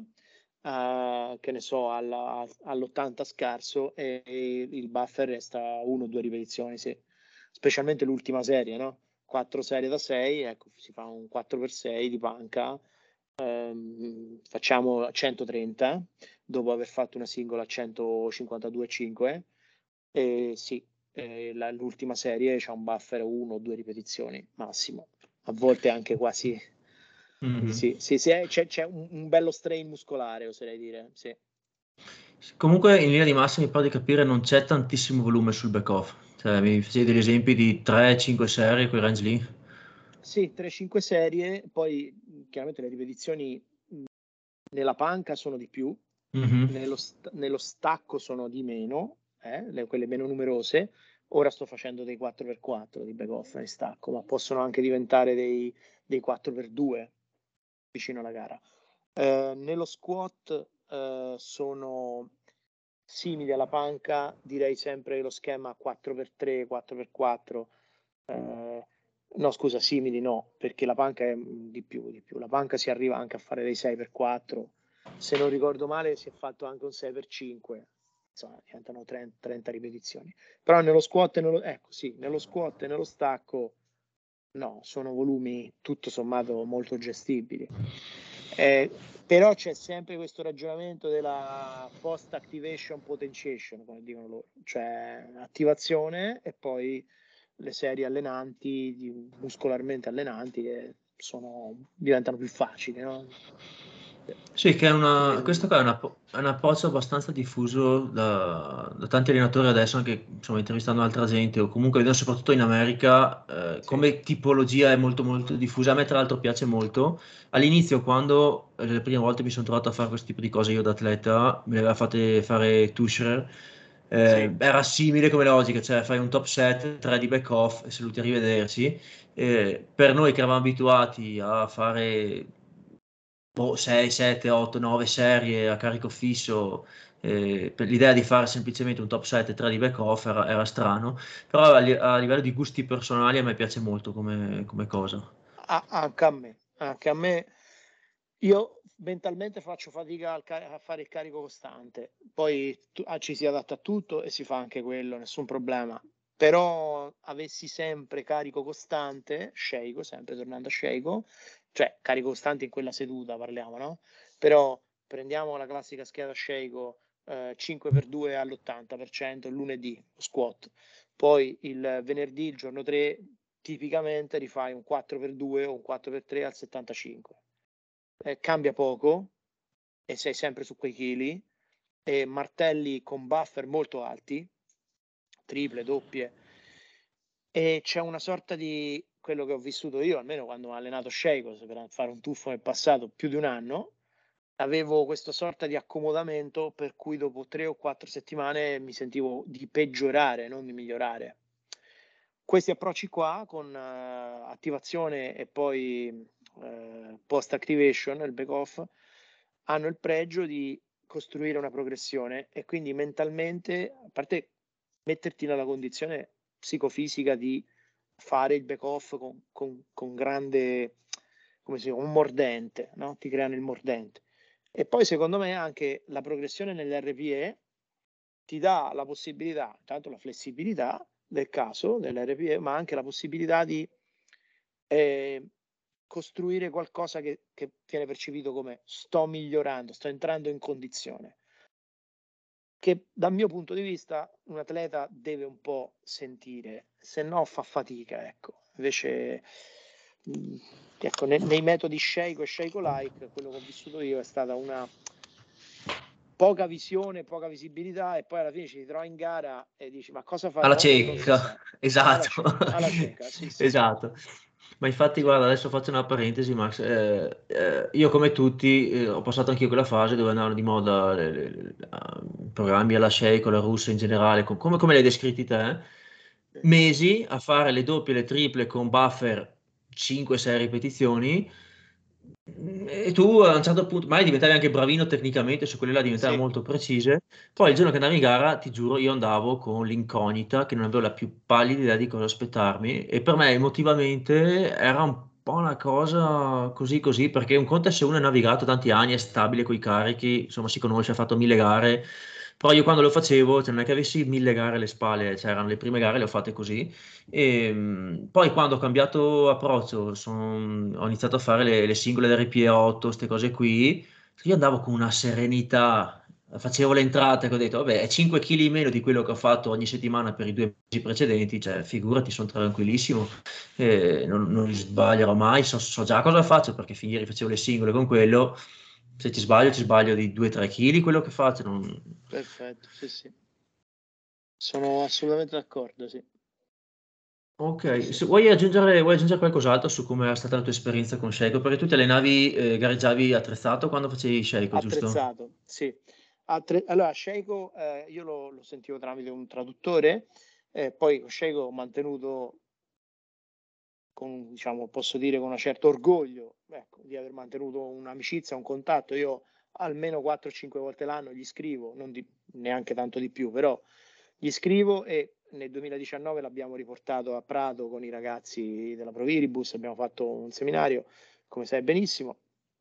uh, che ne so, alla, all'ottanta scarso e, e il buffer resta uno o due ripetizioni, sì. Specialmente l'ultima serie, no? quattro serie da sei, ecco, si fa un quattro per sei di panca, ehm, facciamo centotrenta dopo aver fatto una singola a centocinquantadue virgola cinque e sì, eh, la- l'ultima serie c'ha un buffer uno o due ripetizioni massimo, a volte anche quasi. Quindi Mhm. sì, sì, sì, eh, c'è, c'è un, un bello strain muscolare, oserei dire, sì. Comunque in linea di massima mi pare di capire non c'è tantissimo volume sul back off. Cioè, mi facevi degli esempi di tre cinque serie, quei range lì. Sì, tre cinque serie, poi mh, chiaramente le ripetizioni mh, nella panca sono di più, Mhm. nello, st- nello stacco sono di meno, eh, le- quelle meno numerose. Ora sto facendo dei quattro per quattro di back off nel stacco, ma possono anche diventare dei, dei quattro per due vicino alla gara. Eh, nello squat eh, sono simili alla panca, direi sempre lo schema quattro per tre, quattro per quattro. Eh, no, scusa, simili no, perché la panca è mm, di più, di più. La panca si arriva anche a fare dei sei per quattro. Se non ricordo male, si è fatto anche un sei per cinque. Insomma, diventano trenta, trenta ripetizioni. Però nello squat e nello, ecco, sì, nello squat e nello stacco, no, sono volumi tutto sommato molto gestibili. Eh, però c'è sempre questo ragionamento della post activation potentiation, come dicono loro, cioè attivazione e poi le serie allenanti, di- muscolarmente allenanti, che sono, diventano più facili, no? Sì, che è una, questo Quindi, qua è, una- è un approccio abbastanza diffuso da, da tanti allenatori adesso, anche insomma, intervistando altra gente, o comunque vedendo soprattutto in America, eh, sì, come tipologia è molto molto diffusa. A me tra l'altro piace molto. All'inizio, quando eh, le prime volte mi sono trovato a fare questo tipo di cose io da atleta, me le aveva fatte fare Tusher, eh, sì, era simile come logica, cioè fai un top set, tre di back off e saluti arrivederci. Eh, per noi che eravamo abituati a fare boh, sei, sette, otto, nove serie a carico fisso, eh, per l'idea di fare semplicemente un top set e tre di back off era, era strano, però a, li- a livello di gusti personali a me piace molto come, come cosa. A- anche a me, anche a me. Io mentalmente faccio fatica al ca- a fare il carico costante, poi tu- ah, ci si adatta a tutto e si fa anche quello, nessun problema. Però avessi sempre carico costante, Sceicco, sempre tornando a Sceicco, cioè carico costante in quella seduta parliamo, no? Però prendiamo la classica scheda Sceicco, eh, cinque per due all'ottanta per cento il lunedì, squat, poi il venerdì, il giorno tre, tipicamente rifai un quattro per due o un quattro per tre al settantacinque. Eh, cambia poco e sei sempre su quei chili, e martelli con buffer molto alti, triple, doppie, e c'è una sorta di quello che ho vissuto io, almeno quando ho allenato Sheikos, per fare un tuffo nel passato, più di un anno, avevo questa sorta di accomodamento per cui dopo tre o quattro settimane mi sentivo di peggiorare, non di migliorare. Questi approcci qua con uh, attivazione e poi uh, post activation, il back off, hanno il pregio di costruire una progressione e quindi mentalmente, a parte metterti nella condizione psicofisica di fare il back off con, con, con grande, come si dice, un mordente, no? Ti creano il mordente. E poi secondo me anche la progressione nell'R P E ti dà la possibilità, tanto la flessibilità del caso dell'R P E, ma anche la possibilità di eh, costruire qualcosa che, che viene percepito come sto migliorando, sto entrando in condizione. Che dal mio punto di vista un atleta deve un po' sentire, se no fa fatica, ecco. Invece mh, ecco, ne, nei metodi Sheiko e Sheiko-like, quello che ho vissuto io è stata una poca visione, poca visibilità, e poi alla fine ci ritrovi in gara e dici ma cosa farò? Alla cieca, esatto. Alla cieca, alla cieca, sì, sì, esatto. Ma infatti, sì. guarda, adesso faccio una parentesi, Max. Eh, eh, io come tutti eh, ho passato anch'io quella fase dove andavano di moda le- le- le- uh, programmi alla Sheiko, la russa in generale, com- come, come li hai descritti te, eh? Sì. Mesi a fare le doppie e le triple con buffer cinque sei ripetizioni. E tu a un certo punto, magari diventavi anche bravino tecnicamente, su quelle là diventavi Sì, molto precise. Poi il sì. giorno che andavi in gara, ti giuro, io andavo con l'incognita, che non avevo la più pallida idea di cosa aspettarmi. E per me emotivamente era un po' una cosa così così, perché un conto è se uno è navigato tanti anni, è stabile coi carichi, insomma si conosce, ha fatto mille gare. Però io quando lo facevo, cioè non è che avessi mille gare alle spalle, cioè erano le prime gare, le ho fatte così. E, mh, poi quando ho cambiato approccio, son- ho iniziato a fare le, le singole R P E otto, queste cose qui, io andavo con una serenità, facevo le entrate che ho detto, vabbè, è cinque chili in meno di quello che ho fatto ogni settimana per i due mesi precedenti, cioè figurati, sono tranquillissimo, e non, non sbaglierò mai, so, so già cosa faccio, perché fin ieri facevo le singole con quello, se ci sbaglio ci sbaglio di due tre chili quello che faccio. Non... Perfetto, sì, sì. Sono assolutamente d'accordo, sì. Sì, Ok, sì. se vuoi aggiungere, vuoi aggiungere qualcos'altro su come è stata la tua esperienza con Sheiko? Perché tu ti allenavi, eh, gareggiavi attrezzato quando facevi Sheiko, giusto? Attrezzato, sì. Attre- allora, Sheiko, eh, io lo, lo sentivo tramite un traduttore, eh, poi con Sheiko ho mantenuto, con, diciamo, posso dire con un certo orgoglio, ecco, di aver mantenuto un'amicizia, un contatto. Io almeno quattro cinque volte l'anno gli scrivo, non di, neanche tanto di più, però gli scrivo, e nel duemiladiciannove l'abbiamo riportato a Prato con i ragazzi della Proviribus, abbiamo fatto un seminario, come sai benissimo,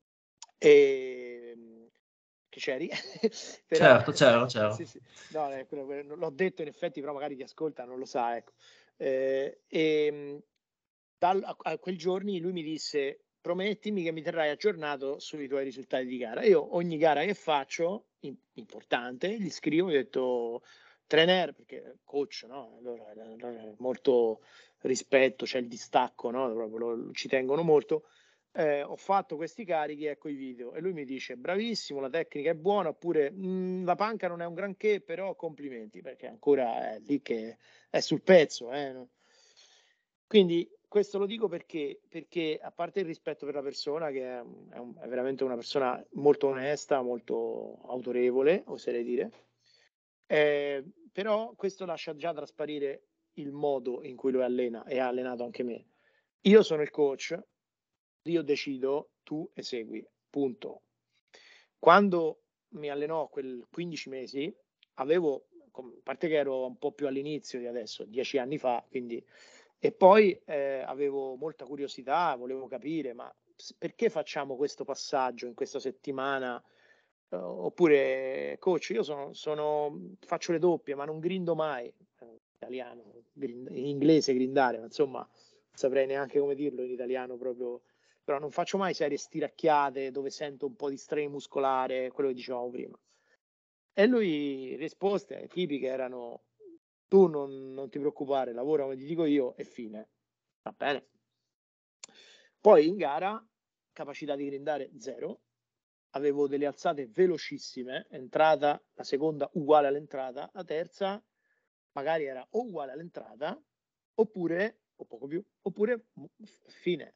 e che c'eri, però Certo, certo, sì, certo. sì, no, eh, quello- quello- l'ho detto in effetti, però magari ti ascolta, non lo sa, ecco. Eh, e dal- a, a quel giorni lui mi disse promettimi che mi terrai aggiornato sui tuoi risultati di gara. Io ogni gara che faccio, in- importante, gli scrivo, gli ho detto trainer, perché coach, no? Allora, allora, molto rispetto, c'è il distacco, no? Proprio lo- ci tengono molto. Eh, ho fatto questi carichi, ecco i video, e lui mi dice bravissimo, la tecnica è buona, oppure "Mm, la panca non è un granché, però complimenti", perché ancora è lì che è sul pezzo, eh, no? Quindi questo lo dico perché, perché a parte il rispetto per la persona, che è, è un- è veramente una persona molto onesta, molto autorevole, oserei dire, eh, però questo lascia già trasparire il modo in cui lui allena, e ha allenato anche me. Io sono il coach, io decido, tu esegui, punto. Quando mi allenò quel quindici mesi, avevo, a parte che ero un po' più all'inizio di adesso, dieci anni fa, quindi, e poi eh, avevo molta curiosità, volevo capire, ma perché facciamo questo passaggio in questa settimana? Uh, oppure, coach, io sono, sono, faccio le doppie, ma non grindo mai. In italiano, grind, in inglese grindare, ma insomma, non saprei neanche come dirlo in italiano proprio. Però non faccio mai serie stiracchiate dove sento un po' di strain muscolare, quello che dicevamo prima. E lui, risposte tipiche erano: tu non, non ti preoccupare, lavora come ti dico io e fine. Va bene. Poi in gara, capacità di grindare zero, avevo delle alzate velocissime, entrata, la seconda uguale all'entrata, la terza magari era o uguale all'entrata, oppure o poco più, oppure fine,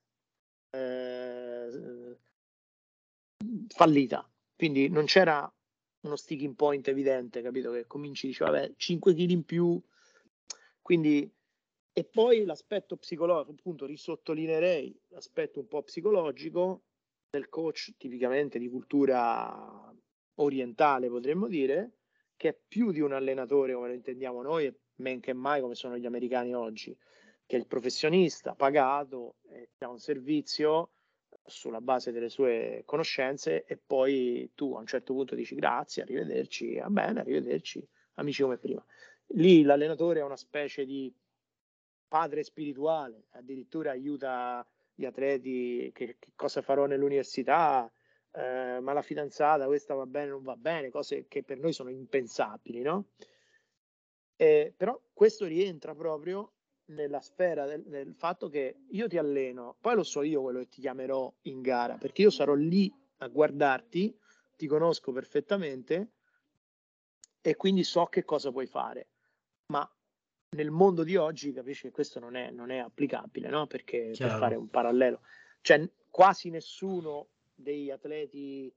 eh, fallita. Quindi non c'era uno sticking point evidente, capito? Che cominci, dici, vabbè, cinque chili in più. Quindi, e poi l'aspetto psicologico, appunto, risottolineerei l'aspetto un po' psicologico del coach, tipicamente di cultura orientale, potremmo dire, che è più di un allenatore come lo intendiamo noi, men che mai come sono gli americani oggi, che è il professionista pagato, e che ha un servizio sulla base delle sue conoscenze, e poi tu a un certo punto dici grazie, arrivederci, va bene, arrivederci, amici come prima. Lì l'allenatore è una specie di padre spirituale, addirittura aiuta gli atleti, che, che cosa farò nell'università, eh, ma la fidanzata, questa va bene, non va bene, cose che per noi sono impensabili, no? Eh, però questo rientra proprio nella sfera del, del fatto che io ti alleno, poi lo so io quello che ti chiamerò in gara, perché io sarò lì a guardarti, ti conosco perfettamente e quindi so che cosa puoi fare. Ma nel mondo di oggi capisci che questo non è, non è applicabile, no? Perché Chiaro. per fare un parallelo, cioè quasi nessuno degli atleti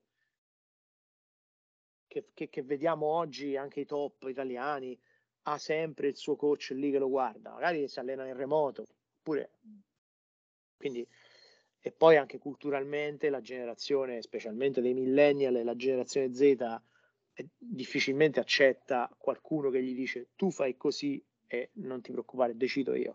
che, che, che vediamo oggi, anche i top italiani, ha sempre il suo coach lì che lo guarda, magari si allena in remoto, oppure quindi. E poi anche culturalmente la generazione, specialmente dei millennial e la generazione Z, eh, difficilmente accetta qualcuno che gli dice tu fai così e non ti preoccupare, decido io.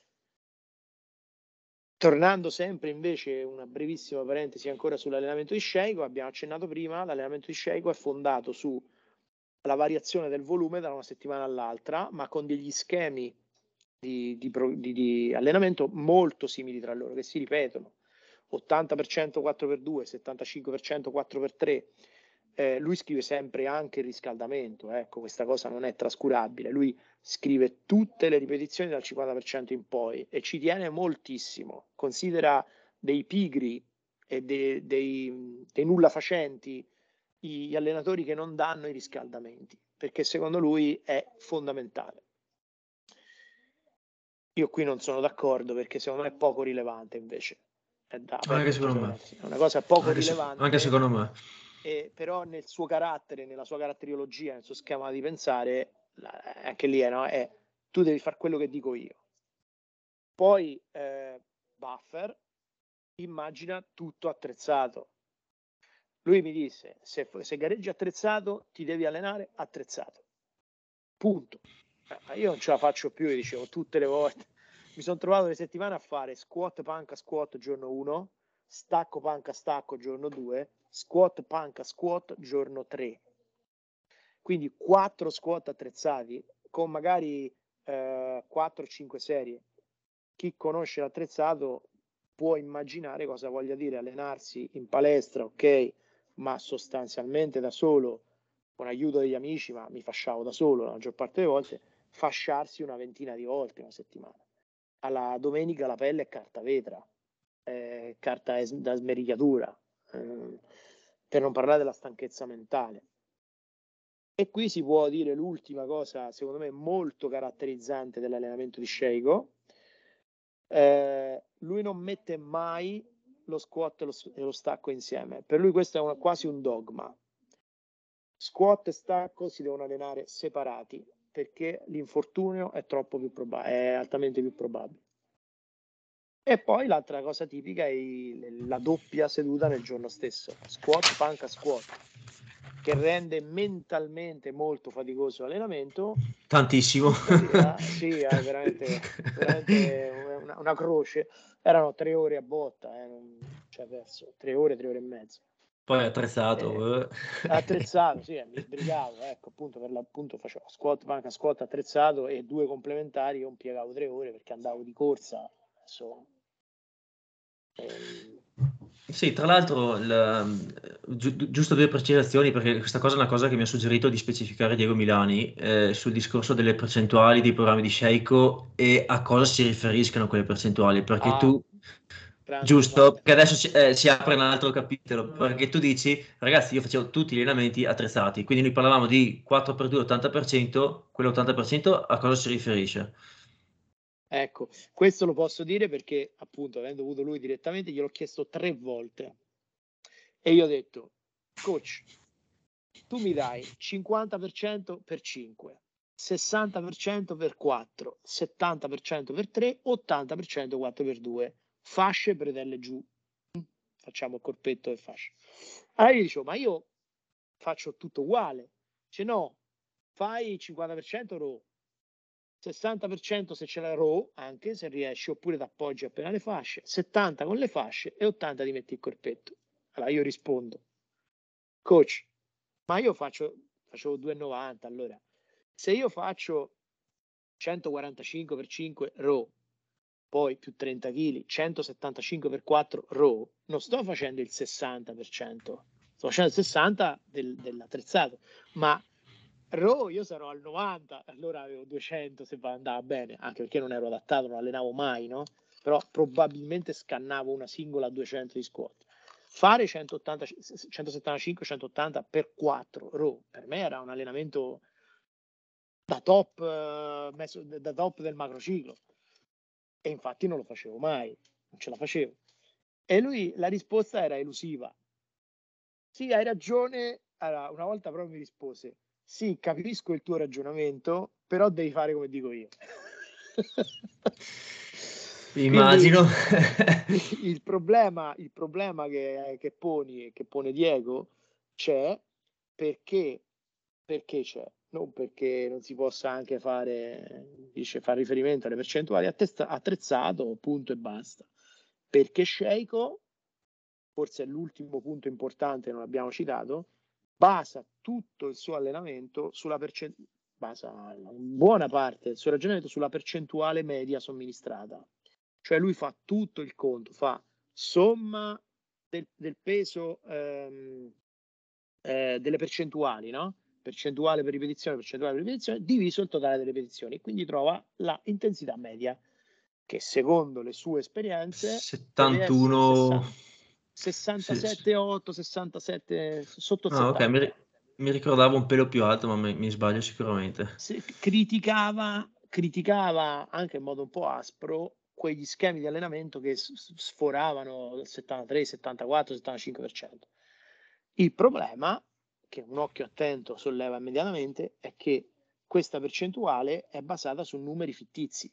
Tornando sempre invece, una brevissima parentesi ancora sull'allenamento di Sheiko, abbiamo accennato prima, l'allenamento di Sheiko è fondato sulla variazione del volume da una settimana all'altra, ma con degli schemi di, di, di, di allenamento molto simili tra loro, che si ripetono. ottanta per cento quattro per due, settantacinque per cento quattro per tre. Eh, lui scrive sempre anche il riscaldamento, ecco, questa cosa non è trascurabile. Lui scrive tutte le ripetizioni dal cinquanta per cento in poi e ci tiene moltissimo. Considera dei pigri e dei, dei, dei nulla facenti gli allenatori che non danno i riscaldamenti, perché secondo lui è fondamentale. Io qui non sono d'accordo, perché secondo me è poco rilevante invece. È, da Anche secondo me. è una cosa poco Anche, se, rilevante. anche secondo me. E però nel suo carattere, nella sua caratteriologia, nel suo schema di pensare, anche lì è, no? È tu devi fare quello che dico io. Poi eh, Buffer immagina tutto attrezzato. Lui mi disse, se, se gareggi attrezzato ti devi allenare attrezzato. Punto. Io non ce la faccio più, dicevo tutte le volte. Mi sono trovato le settimane a fare squat panca squat giorno uno, stacco panca stacco giorno due, squat panca squat giorno tre. Quindi quattro squat attrezzati con magari eh, quattro cinque serie. Chi conosce l'attrezzato può immaginare cosa voglia dire allenarsi in palestra, ok, ma sostanzialmente da solo, con aiuto degli amici, ma mi fasciavo da solo la maggior parte delle volte, fasciarsi una ventina di volte una settimana. Alla domenica la pelle è carta vetra, eh, carta da smerigliatura, eh, per non parlare della stanchezza mentale. E qui si può dire l'ultima cosa, secondo me, molto caratterizzante dell'allenamento di Sheiko. Eh, lui non mette mai lo squat e lo, e lo stacco insieme. Per lui questo è una, quasi un dogma. Squat e stacco si devono allenare separati, perché l'infortunio è troppo più probabile, è altamente più probabile. E poi l'altra cosa tipica è la doppia seduta nel giorno stesso, squat, panca, squat, che rende mentalmente molto faticoso l'allenamento. Tantissimo. Tuttavia, sì, è veramente, veramente una, una croce. Erano tre ore a botta, eh, non, cioè perso, tre ore, tre ore e mezzo. Poi attrezzato. Eh, attrezzato, sì, eh, mi sbrigavo, ecco, appunto, per l'appunto facevo squat, panca, squat attrezzato e due complementari, io impiegavo tre ore perché andavo di corsa. Adesso, ehm, Sì, tra l'altro, il- gi- giusto due precisazioni, perché questa cosa è una cosa che mi ha suggerito di specificare Diego Milani, eh, sul discorso delle percentuali dei programmi di Sheiko e a cosa si riferiscono quelle percentuali, perché ah, tu, grande giusto, domanda. che adesso si, eh, si apre un altro capitolo, perché tu dici, ragazzi, io facevo tutti gli allenamenti attrezzati, quindi noi parlavamo di quattro per due, ottanta per cento, quell'ottanta per cento a cosa si riferisce? Ecco, questo lo posso dire perché, appunto, avendo avuto lui direttamente, gliel'ho chiesto tre volte. E io ho detto, coach, tu mi dai cinquanta per cento per cinque, sessanta per cento per quattro, settanta per cento per tre, ottanta per cento quattro per due. Fasce, bretelle giù. Facciamo corpetto e fasce. Allora io dicevo, ma io faccio tutto uguale. Dice no, fai cinquanta per cento raw, sessanta per cento se ce l'hai raw, anche se riesci, oppure ti appoggi appena le fasce, settanta con le fasce e ottanta ti metti il corpetto. Allora io rispondo, coach, ma io faccio, facevo due e novanta, allora, se io faccio centoquarantacinque per cinque raw, poi più trenta chili, centosettantacinque per quattro raw, non sto facendo il sessanta per cento, sto facendo il sessanta per cento del, dell'attrezzato, ma raw io sarò al novanta, allora avevo duecento se andava bene, anche perché non ero adattato, non allenavo mai, no? Però probabilmente scannavo una singola a duecento di squat. Fare centottanta, centosettantacinque centottanta per quattro raw, per me era un allenamento da top, eh, messo, da top del macrociclo. E infatti non lo facevo mai, non ce la facevo. E lui, la risposta era elusiva. Sì, hai ragione. Allora, una volta proprio mi rispose, sì, capisco il tuo ragionamento, però devi fare come dico io. Immagino. Quindi, il problema, il problema che, che poni, che pone Diego c'è perché, perché c'è, non perché non si possa anche fare, dice, fare riferimento alle percentuali attrezzato, punto e basta. Perché Sheiko, forse è l'ultimo punto importante, non l'abbiamo citato, basa tutto il suo allenamento sulla percentuale, basa una buona parte del suo ragionamento sulla percentuale media somministrata. Cioè lui fa tutto il conto, fa somma del, del peso ehm, eh, delle percentuali, no? Percentuale per ripetizione, percentuale per ripetizione, diviso il totale delle ripetizioni, e quindi trova la intensità media, che secondo le sue esperienze deve essere settantuno. sessantasette virgola otto, sessantasette sotto Ah, ok, mi, settanta. mi ricordavo un pelo più alto, ma mi, mi sbaglio sicuramente. Se criticava, criticava anche in modo un po' aspro quegli schemi di allenamento che sforavano il settantatré, settantaquattro, settantacinque per cento. Il problema, che un occhio attento solleva immediatamente, è che questa percentuale è basata su numeri fittizi.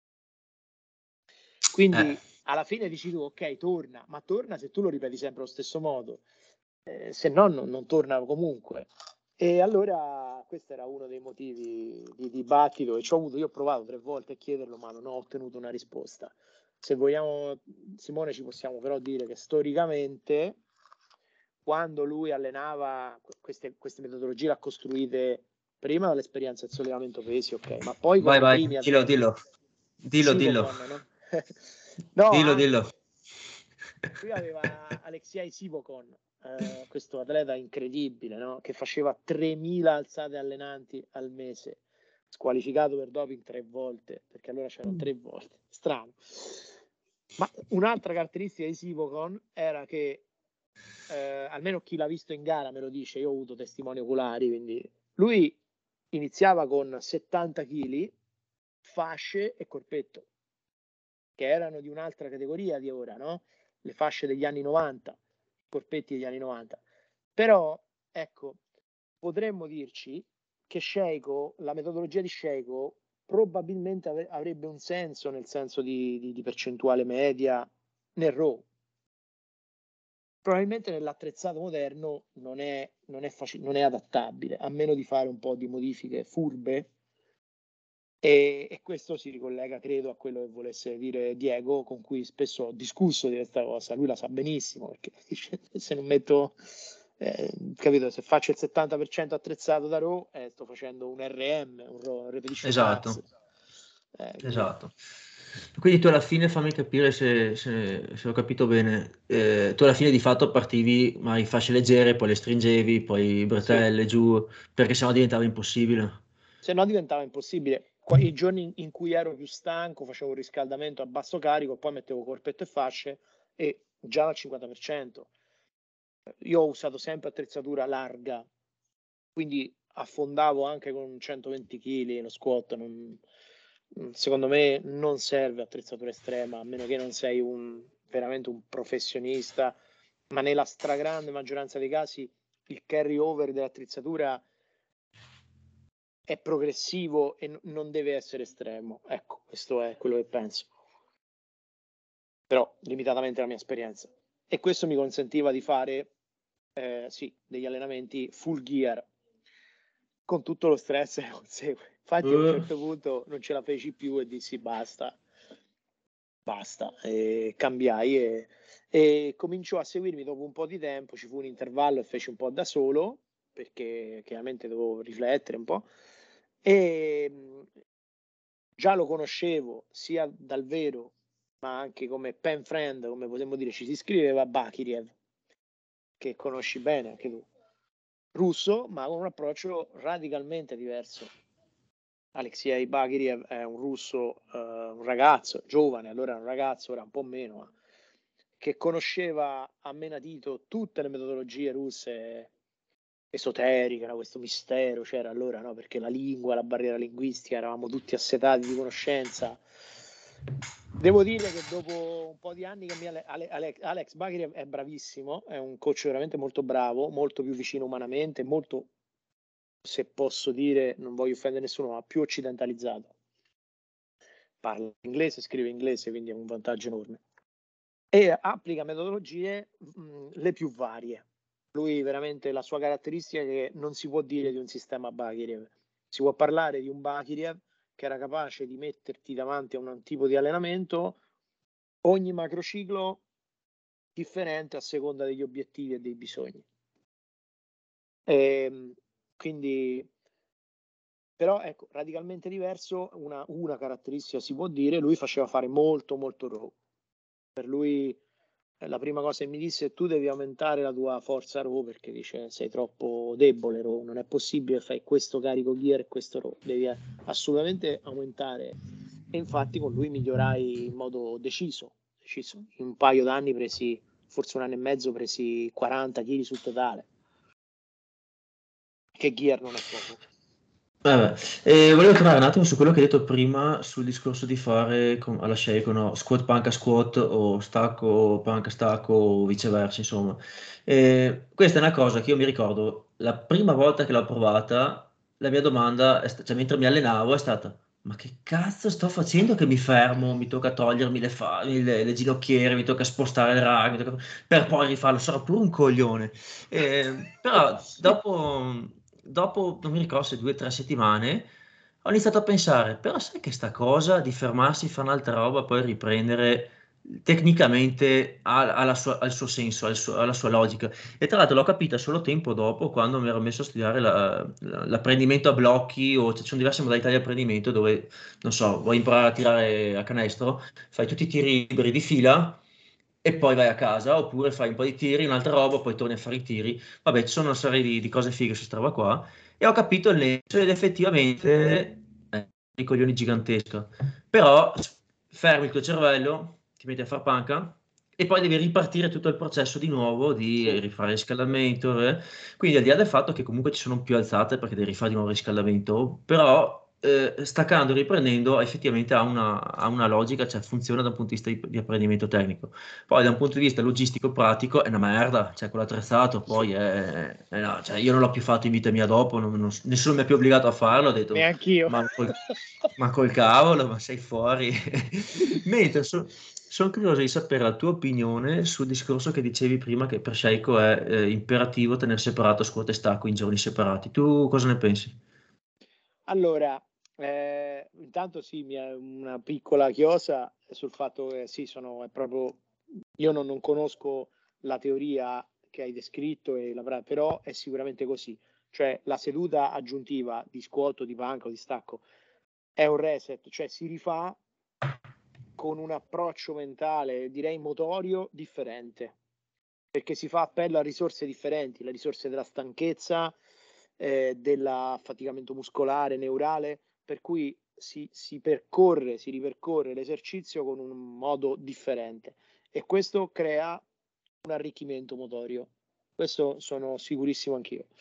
Quindi Eh. alla fine dici tu, ok, torna, ma torna se tu lo ripeti sempre allo stesso modo, eh, se no non, non torna comunque. E allora questo era uno dei motivi di dibattito e ci ho avuto, io ho provato tre volte a chiederlo, ma non ho ottenuto una risposta. Se vogliamo, Simone, ci possiamo però dire che storicamente, quando lui allenava queste, queste metodologie, le ha costruite prima dall'esperienza del sollevamento pesi, ok, ma poi con Vai, i vai, primi dillo, atleti, dillo. Dillo, dillo. Sivokon, no? No, Dillo, dillo. anche lui aveva Alexei Sivokon, eh, questo atleta incredibile, no? Che faceva tremila alzate allenanti al mese, squalificato per doping tre volte, perché allora c'erano tre volte, strano. Ma un'altra caratteristica di Sivokon era che, eh, almeno chi l'ha visto in gara me lo dice, io ho avuto testimoni oculari, quindi lui iniziava con settanta chili, fasce e corpetto, che erano di un'altra categoria di ora, no? Le fasce degli anni novanta, i corpetti degli anni novanta. Però, ecco, potremmo dirci che Sheiko, la metodologia di Sheiko, probabilmente ave- avrebbe un senso nel senso di, di, di percentuale media nel raw. Probabilmente nell'attrezzato moderno non è, non, è faci- non è adattabile, a meno di fare un po' di modifiche furbe. E, e questo si ricollega, credo, a quello che volesse dire Diego, con cui spesso ho discusso di questa cosa. Lui la sa benissimo, perché dice, se non metto, eh, capito, se faccio il settanta per cento attrezzato da raw, eh, sto facendo un R M, un raw, repetition max. Esatto, Eh, quindi... esatto. Quindi tu alla fine, fammi capire se, se- se ho capito bene, eh, tu alla fine di fatto partivi magari fasce leggere, poi le stringevi, poi Sì, bretelle giù, perché sennò diventava impossibile. se no diventava impossibile. Qua- I giorni in cui ero più stanco, facevo un riscaldamento a basso carico, poi mettevo corpetto e fasce e già al cinquanta per cento. Io ho usato sempre attrezzatura larga, quindi affondavo anche con centoventi chili lo squat, non, secondo me non serve attrezzatura estrema, a meno che non sei un, veramente un professionista, ma nella stragrande maggioranza dei casi il carry over dell'attrezzatura è progressivo e n- non deve essere estremo. Ecco, questo è quello che penso. Però limitatamente la mia esperienza. E questo mi consentiva di fare eh, sì, degli allenamenti full gear con tutto lo stress che consegue. Infatti a un Uh, certo punto non ce la feci più e dissi basta, basta, e cambiai e, e cominciò a seguirmi dopo un po' di tempo, ci fu un intervallo e feci un po' da solo, perché chiaramente dovevo riflettere un po', e mh, già lo conoscevo sia dal vero, ma anche come pen friend, come potremmo dire, ci si iscriveva a Bakiriev, che conosci bene anche tu, russo, ma con un approccio radicalmente diverso. Alexei Bagiriev è un russo, eh, un ragazzo giovane, allora era un ragazzo, ora un po' meno, ma che conosceva a menadito tutte le metodologie russe esoteriche, no? Questo mistero c'era allora, no? Perché la lingua, la barriera linguistica, eravamo tutti assetati di conoscenza. Devo dire che dopo un po' di anni che mi Ale- Ale- Alex Bagiriev è bravissimo, è un coach veramente molto bravo, molto più vicino umanamente, molto, se posso dire, non voglio offendere nessuno, ma più occidentalizzato. Parla inglese, scrive inglese, quindi è un vantaggio enorme. E applica metodologie mh, le più varie. Lui veramente la sua caratteristica è che non si può dire di un sistema Bakiriev. Si può parlare di un Bakiriev che era capace di metterti davanti a un tipo di allenamento ogni macrociclo differente a seconda degli obiettivi e dei bisogni. E, quindi, però ecco, radicalmente diverso, una, una caratteristica si può dire, lui faceva fare molto molto raw. Per lui eh, la prima cosa che mi disse: tu devi aumentare la tua forza raw, perché dice sei troppo debole raw, non è possibile, fai questo carico gear e questo raw, devi assolutamente aumentare. E infatti con lui migliorai in modo deciso, deciso. In un paio d'anni presi, forse un anno e mezzo, presi quaranta chili sul totale, che gear non è poco. vabbè. E volevo tornare un attimo su quello che hai detto prima sul discorso di fare com- alla Sheiko, no? Squat panca squat o stacco panca stacco o viceversa, insomma. E questa è una cosa che io mi ricordo la prima volta che l'ho provata, la mia domanda, è sta- cioè mentre mi allenavo, è stata: ma che cazzo sto facendo che mi fermo, mi tocca togliermi le, fa- le, le ginocchiere, mi tocca spostare il rack, mi tocca- per poi rifarlo, sarò pure un coglione. Eh, però Sì. dopo, dopo, non mi ricordo se due o tre settimane, ho iniziato a pensare, però sai che sta cosa di fermarsi, fare un'altra roba, poi riprendere tecnicamente ha, ha la sua- ha il suo senso, ha, il suo- ha la sua logica. E tra l'altro l'ho capita solo tempo dopo, quando mi ero messo a studiare la- la- l'apprendimento a blocchi, o ci sono diverse modalità di apprendimento dove, non so, vuoi imparare a tirare a canestro, fai tutti i tiri liberi di fila e poi vai a casa, oppure fai un po' di tiri, un'altra roba, poi torni a fare i tiri. Vabbè, ci sono una serie di, di cose fighe su questa roba qua. E ho capito il nesso ed effettivamente è di coglioni gigantesca. Però fermi il tuo cervello, ti metti a far panca e poi devi ripartire tutto il processo di nuovo di Sì. rifare il riscaldamento. eh. Quindi al di là del fatto che comunque ci sono più alzate perché devi rifare di nuovo il riscaldamento, però eh, staccando e riprendendo effettivamente ha una, ha una logica, cioè funziona da un punto di vista di, di apprendimento tecnico. Poi da un punto di vista logistico pratico è una merda, cioè quell'attrezzato Sì. poi è, è no, cioè, io non l'ho più fatto in vita mia dopo, non- non- nessuno mi ha più obbligato a farlo, ho detto Neanch'io. ma col, ma col cavolo, ma sei fuori. Mentre sono curioso di sapere la tua opinione sul discorso che dicevi prima che per Sheiko è eh, imperativo tenere separato squat e stacco in giorni separati. Tu cosa ne pensi? Allora, eh, intanto sì, mi è una piccola chiosa sul fatto che sì, sono, è proprio, io non, non conosco la teoria che hai descritto, e la, pra- però è sicuramente così. Cioè la seduta aggiuntiva di squat o di panca o di stacco è un reset, cioè si rifà con un approccio mentale, direi motorio, differente, perché si fa appello a risorse differenti, le risorse della stanchezza, eh, dell'affaticamento muscolare, neurale, per cui si, si percorre, si ripercorre l'esercizio con un modo differente e questo crea un arricchimento motorio. Questo sono sicurissimo anch'io.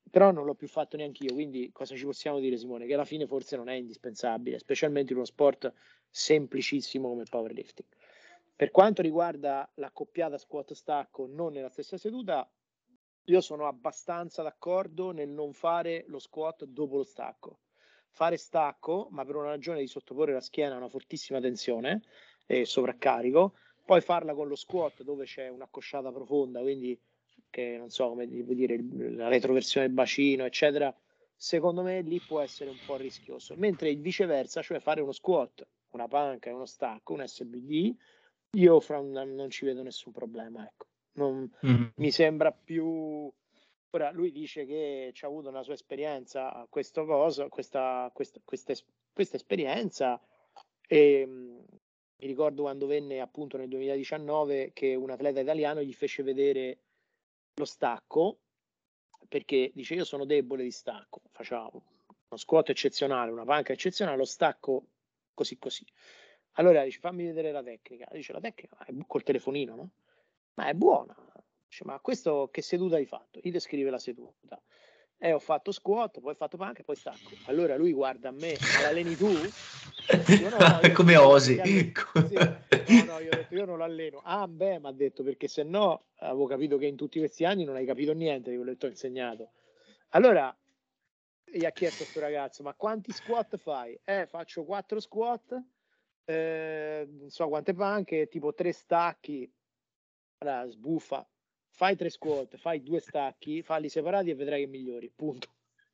però non l'ho più fatto neanche io, quindi cosa ci possiamo dire, Simone? Che alla fine forse non è indispensabile, specialmente in uno sport semplicissimo come il powerlifting. Per quanto riguarda l'accoppiata squat-stacco non nella stessa seduta, io sono abbastanza d'accordo nel non fare lo squat dopo lo stacco. Fare stacco, ma per una ragione di sottoporre la schiena a una fortissima tensione e sovraccarico, poi farla con lo squat dove c'è un'accosciata profonda, quindi che non so come dire, la retroversione del bacino, eccetera, secondo me lì può essere un po' rischioso. Mentre il viceversa, cioè fare uno squat, una panca e uno stacco, un S B D, io fra un, non ci vedo nessun problema, ecco. Non, mm. Mi sembra più... Ora, lui dice che ci ha avuto una sua esperienza, questo cosa, questa, questa, questa, questa esperienza, e mh, mi ricordo quando venne appunto nel duemiladiciannove che un atleta italiano gli fece vedere lo stacco, perché dice io sono debole di stacco, facciamo uno squat eccezionale, una panca eccezionale, lo stacco così così. Allora dice fammi vedere la tecnica, dice la tecnica è col telefonino, no? Ma è buona. Dice, ma questo che seduta hai fatto? Gli descrive la seduta. Eh, ho fatto squat, poi ho fatto panca e poi stacco. Allora lui guarda a me, ma l'alleni tu? Dico, no, no, io come osi? sì, no, no, io ho detto io non l'alleno. Ah, beh, mi ha detto perché se no avevo capito che in tutti questi anni non hai capito niente di quello che ti ho insegnato. Allora gli ha chiesto a sto ragazzo, ma quanti squat fai? Eh, faccio quattro squat, eh, non so quante panche, tipo tre stacchi. Allora, sbuffa, fai tre squat, fai due stacchi, falli separati e vedrai che migliori, punto.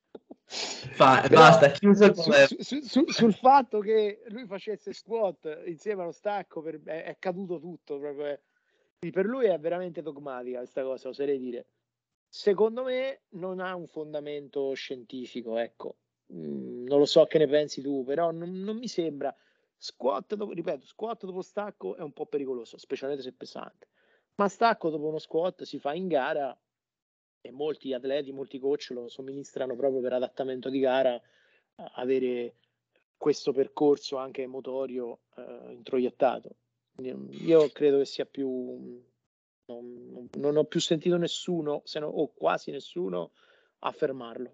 Fa, basta, chiuso il su, su, su, sul fatto che lui facesse squat insieme allo stacco per, è, è caduto tutto proprio. Per lui è veramente dogmatica questa cosa, oserei dire. Secondo me non ha un fondamento scientifico, ecco. Mm, non lo so che ne pensi tu, però non, non mi sembra. Squat dopo, ripeto, squat dopo stacco è un po' pericoloso, specialmente se è pesante. Ma stacco dopo uno squat si fa in gara e molti atleti, molti coach lo somministrano proprio per adattamento di gara, avere questo percorso anche motorio eh, introiettato. Io credo che sia più... Non, non ho più sentito nessuno, se no, o quasi nessuno, affermarlo.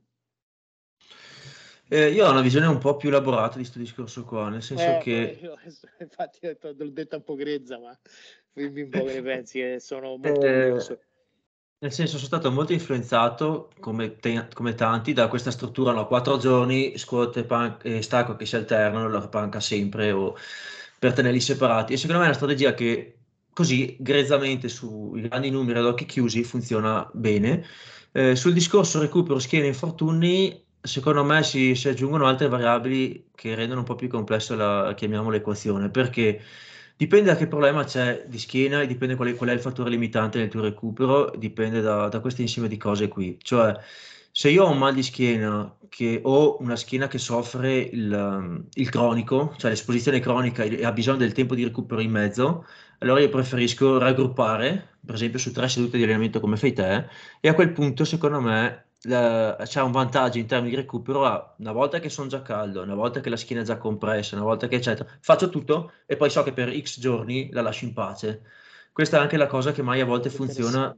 Eh, io ho una visione un po' più elaborata di questo discorso qua, nel senso eh, che... Io, infatti l'ho detto un po' grezza, ma dimmi un po' che ne pensi, che sono molto eh, curioso. Nel senso, sono stato molto influenzato, come, te- come tanti, da questa struttura, no? Quattro giorni, squat e, pan- e stacco che si alternano, la panca sempre, o per tenerli separati. E secondo me è una strategia che così, grezzamente, sui grandi numeri ad occhi chiusi, funziona bene. Eh, sul discorso recupero schiena e infortuni, secondo me si, si aggiungono altre variabili che rendono un po' più complessa la, chiamiamola, equazione, perché dipende da che problema c'è di schiena e dipende qual è, qual è il fattore limitante nel tuo recupero, dipende da, da questo insieme di cose qui. Cioè, se io ho un mal di schiena che, o una schiena che soffre il, il cronico, cioè l'esposizione cronica e ha bisogno del tempo di recupero in mezzo, allora io preferisco raggruppare, per esempio su tre sedute di allenamento come fai te, e a quel punto secondo me la- c'è un vantaggio in termini di recupero a una volta che sono già caldo, una volta che la schiena è già compressa, una volta che eccetera, faccio tutto e poi so che per X giorni la lascio in pace. Questa è anche la cosa che mai a volte funziona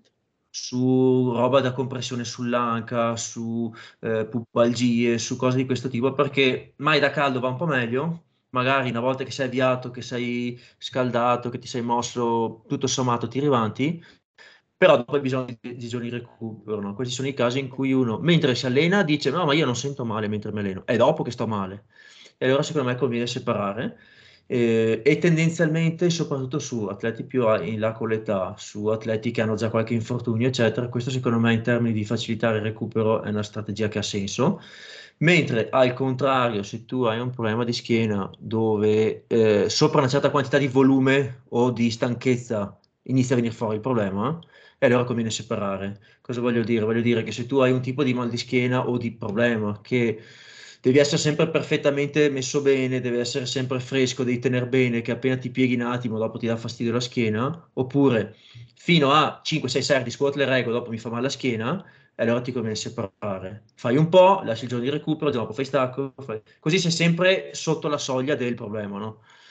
su roba da compressione sull'anca, su eh, pubalgie, su cose di questo tipo, perché mai da caldo va un po' meglio, magari una volta che sei avviato, che sei scaldato, che ti sei mosso, tutto sommato tiri avanti, però dopo hai bisogno di, di giorni di recupero, no? Questi sono i casi in cui uno, mentre si allena, dice no, ma io non sento male mentre mi alleno, è dopo che sto male. E allora secondo me conviene separare. Eh, e tendenzialmente, soprattutto su atleti più in là con l'età, su atleti che hanno già qualche infortunio, eccetera, questo secondo me in termini di facilitare il recupero è una strategia che ha senso. Mentre al contrario, se tu hai un problema di schiena dove eh, sopra una certa quantità di volume o di stanchezza inizia a venire fuori il problema, e allora conviene separare. Cosa voglio dire? Voglio dire che se tu hai un tipo di mal di schiena o di problema che devi essere sempre perfettamente messo bene, deve essere sempre fresco, devi tenere bene, che appena ti pieghi un attimo dopo ti dà fastidio la schiena, oppure fino a cinque sei serie di squat le reggo, dopo mi fa male la schiena, e allora ti conviene separare. Fai un po', lasci il giorno di recupero, dopo fai stacco, fai... così sei sempre sotto la soglia del problema, no?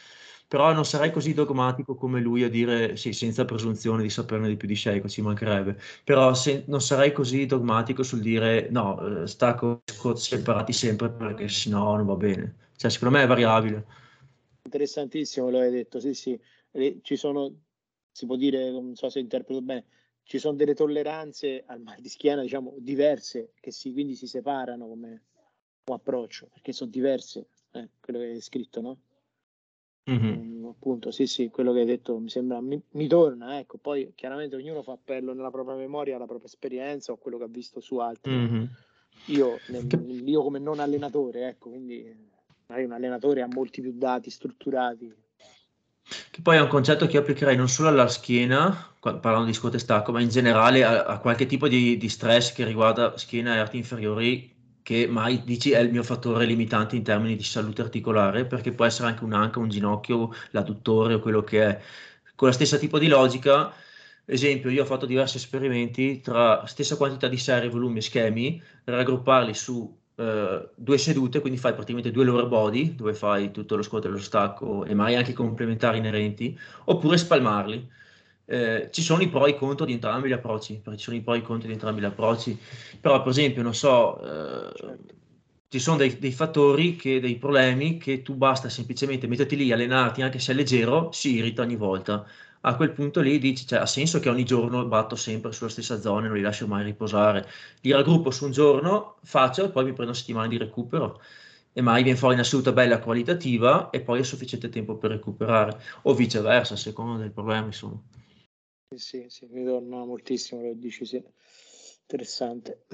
Però non sarei così dogmatico come lui a dire, sì, senza presunzione di saperne di più di Sheiko, ci mancherebbe, però se, non sarei così dogmatico sul dire no, eh, stacco e Scott separati sempre perché sennò non va bene. Cioè, secondo me è variabile. Interessantissimo, lo hai detto, sì, sì. E ci sono, si può dire, non so se interpreto bene, ci sono delle tolleranze al mal di schiena, diciamo, diverse, che si, quindi si separano come, come approccio, perché sono diverse, eh, quello che hai scritto, no? Mhm. Mm, appunto, sì, sì, quello che hai detto mi sembra, mi, mi torna, ecco, poi chiaramente ognuno fa appello nella propria memoria alla propria esperienza o quello che ha visto su altri. Mhm. Io, nel- Che, io come non allenatore, ecco, quindi magari un allenatore ha molti più dati strutturati. che poi è un concetto che io applicherei non solo alla schiena, qua- parlando di scuote e stacco, ma in generale a, a qualche tipo di, di stress che riguarda schiena e arti inferiori, che mai dici è il mio fattore limitante in termini di salute articolare, perché può essere anche un'anca, un ginocchio, l'adduttore o quello che è. Con la stessa tipo di logica, esempio, io ho fatto diversi esperimenti tra stessa quantità di serie, volumi e schemi, raggrupparli su eh, due sedute, quindi fai praticamente due lower body, dove fai tutto lo squat e lo stacco e magari anche i complementari inerenti, oppure spalmarli. Eh, ci sono i pro e i contro di entrambi gli approcci, perché ci sono i pro e i contro di entrambi gli approcci, però per esempio, non so, eh, Certo. ci sono dei, dei fattori, che, dei problemi che tu basta semplicemente metterti lì, allenarti anche se è leggero, si irrita ogni volta. A quel punto lì dici, cioè, ha senso che ogni giorno batto sempre sulla stessa zona e non li lascio mai riposare. Li raggruppo su un giorno, faccio e poi mi prendo una settimana di recupero e mai viene fuori in assoluta bella qualitativa e poi è sufficiente tempo per recuperare o viceversa, a seconda del problema, insomma. Sì, sì, sì, mi torna moltissimo, lo dici, sì. Interessante.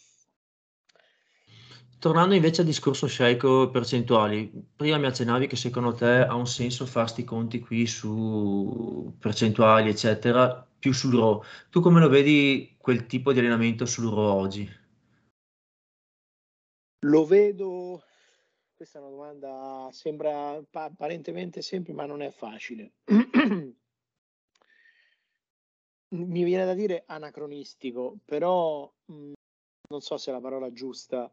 Tornando invece al discorso sceicco percentuali, prima mi accennavi che secondo te ha un senso fare sti conti qui su percentuali, eccetera, più sul RAW. Tu come lo vedi quel tipo di allenamento sul RAW oggi? Lo vedo, questa è una domanda, sembra pa- apparentemente semplice, ma non è facile. Mi viene da dire anacronistico, però mh, non so se è la parola giusta.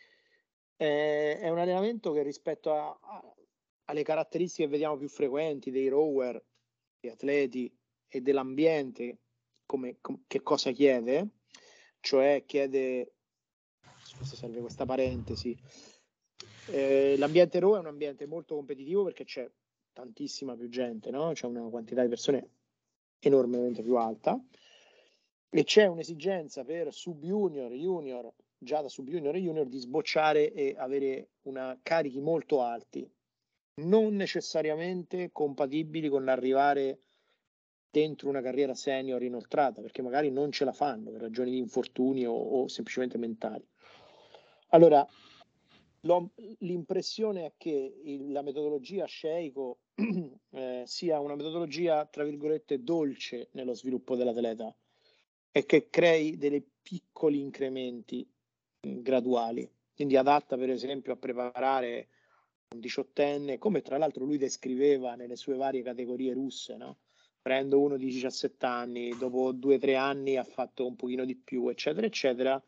Eh, è un allenamento che rispetto a- a- alle caratteristiche che vediamo più frequenti dei rower, degli atleti e dell'ambiente, come, com- che cosa chiede? Cioè chiede, forse serve questa parentesi, eh, l'ambiente row è un ambiente molto competitivo perché c'è tantissima più gente, no? C'è una quantità di persone enormemente più alta e c'è un'esigenza per sub junior, junior, già da sub junior e junior di sbocciare e avere una carichi molto alti, non necessariamente compatibili con l'arrivare dentro una carriera senior inoltrata, perché magari non ce la fanno per ragioni di infortuni o, o semplicemente mentali. Allora, l'ho- l'impressione è che il- la metodologia Sheiko eh, sia una metodologia, tra virgolette, dolce nello sviluppo dell'atleta e che crei dei piccoli incrementi mh, graduali, quindi adatta per esempio a preparare un diciottenne, come tra l'altro lui descriveva nelle sue varie categorie russe, no? Prendo uno di diciassette anni, dopo due o tre anni ha fatto un pochino di più, eccetera, eccetera.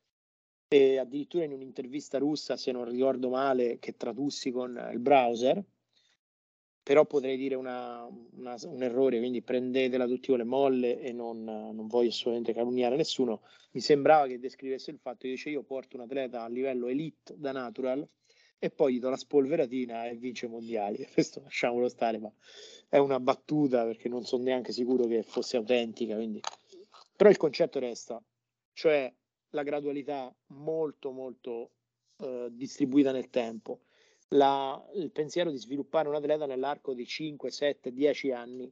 E addirittura in un'intervista russa, se non ricordo male, che tradussi con il browser, però potrei dire una, una, un errore, quindi prendetela tutti con le molle e non, non voglio assolutamente calunniare nessuno. Mi sembrava che descrivesse il fatto che dice io porto un atleta a livello elite da natural e poi gli do la spolveratina e vince mondiali. Questo lasciamolo stare, ma è una battuta perché non sono neanche sicuro che fosse autentica. Quindi. Però il concetto resta, cioè la gradualità molto molto eh, distribuita nel tempo la, il pensiero di sviluppare un atleta nell'arco di cinque, sette, dieci anni.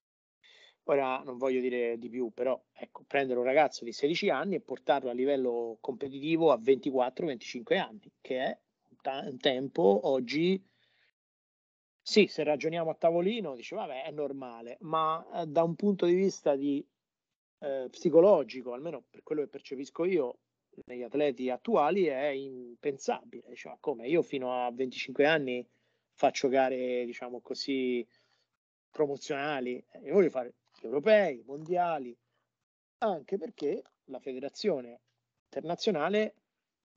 Ora non voglio dire di più, però ecco, prendere un ragazzo di sedici anni e portarlo a livello competitivo a ventiquattro venticinque anni, che è un, ta- un tempo oggi, sì, se ragioniamo a tavolino, dice vabbè, è normale, ma eh, da un punto di vista di eh, psicologico, almeno per quello che percepisco io, negli atleti attuali è impensabile. Cioè, come io fino a venticinque anni faccio gare, diciamo così, promozionali, io voglio fare gli europei, i mondiali, anche perché la federazione internazionale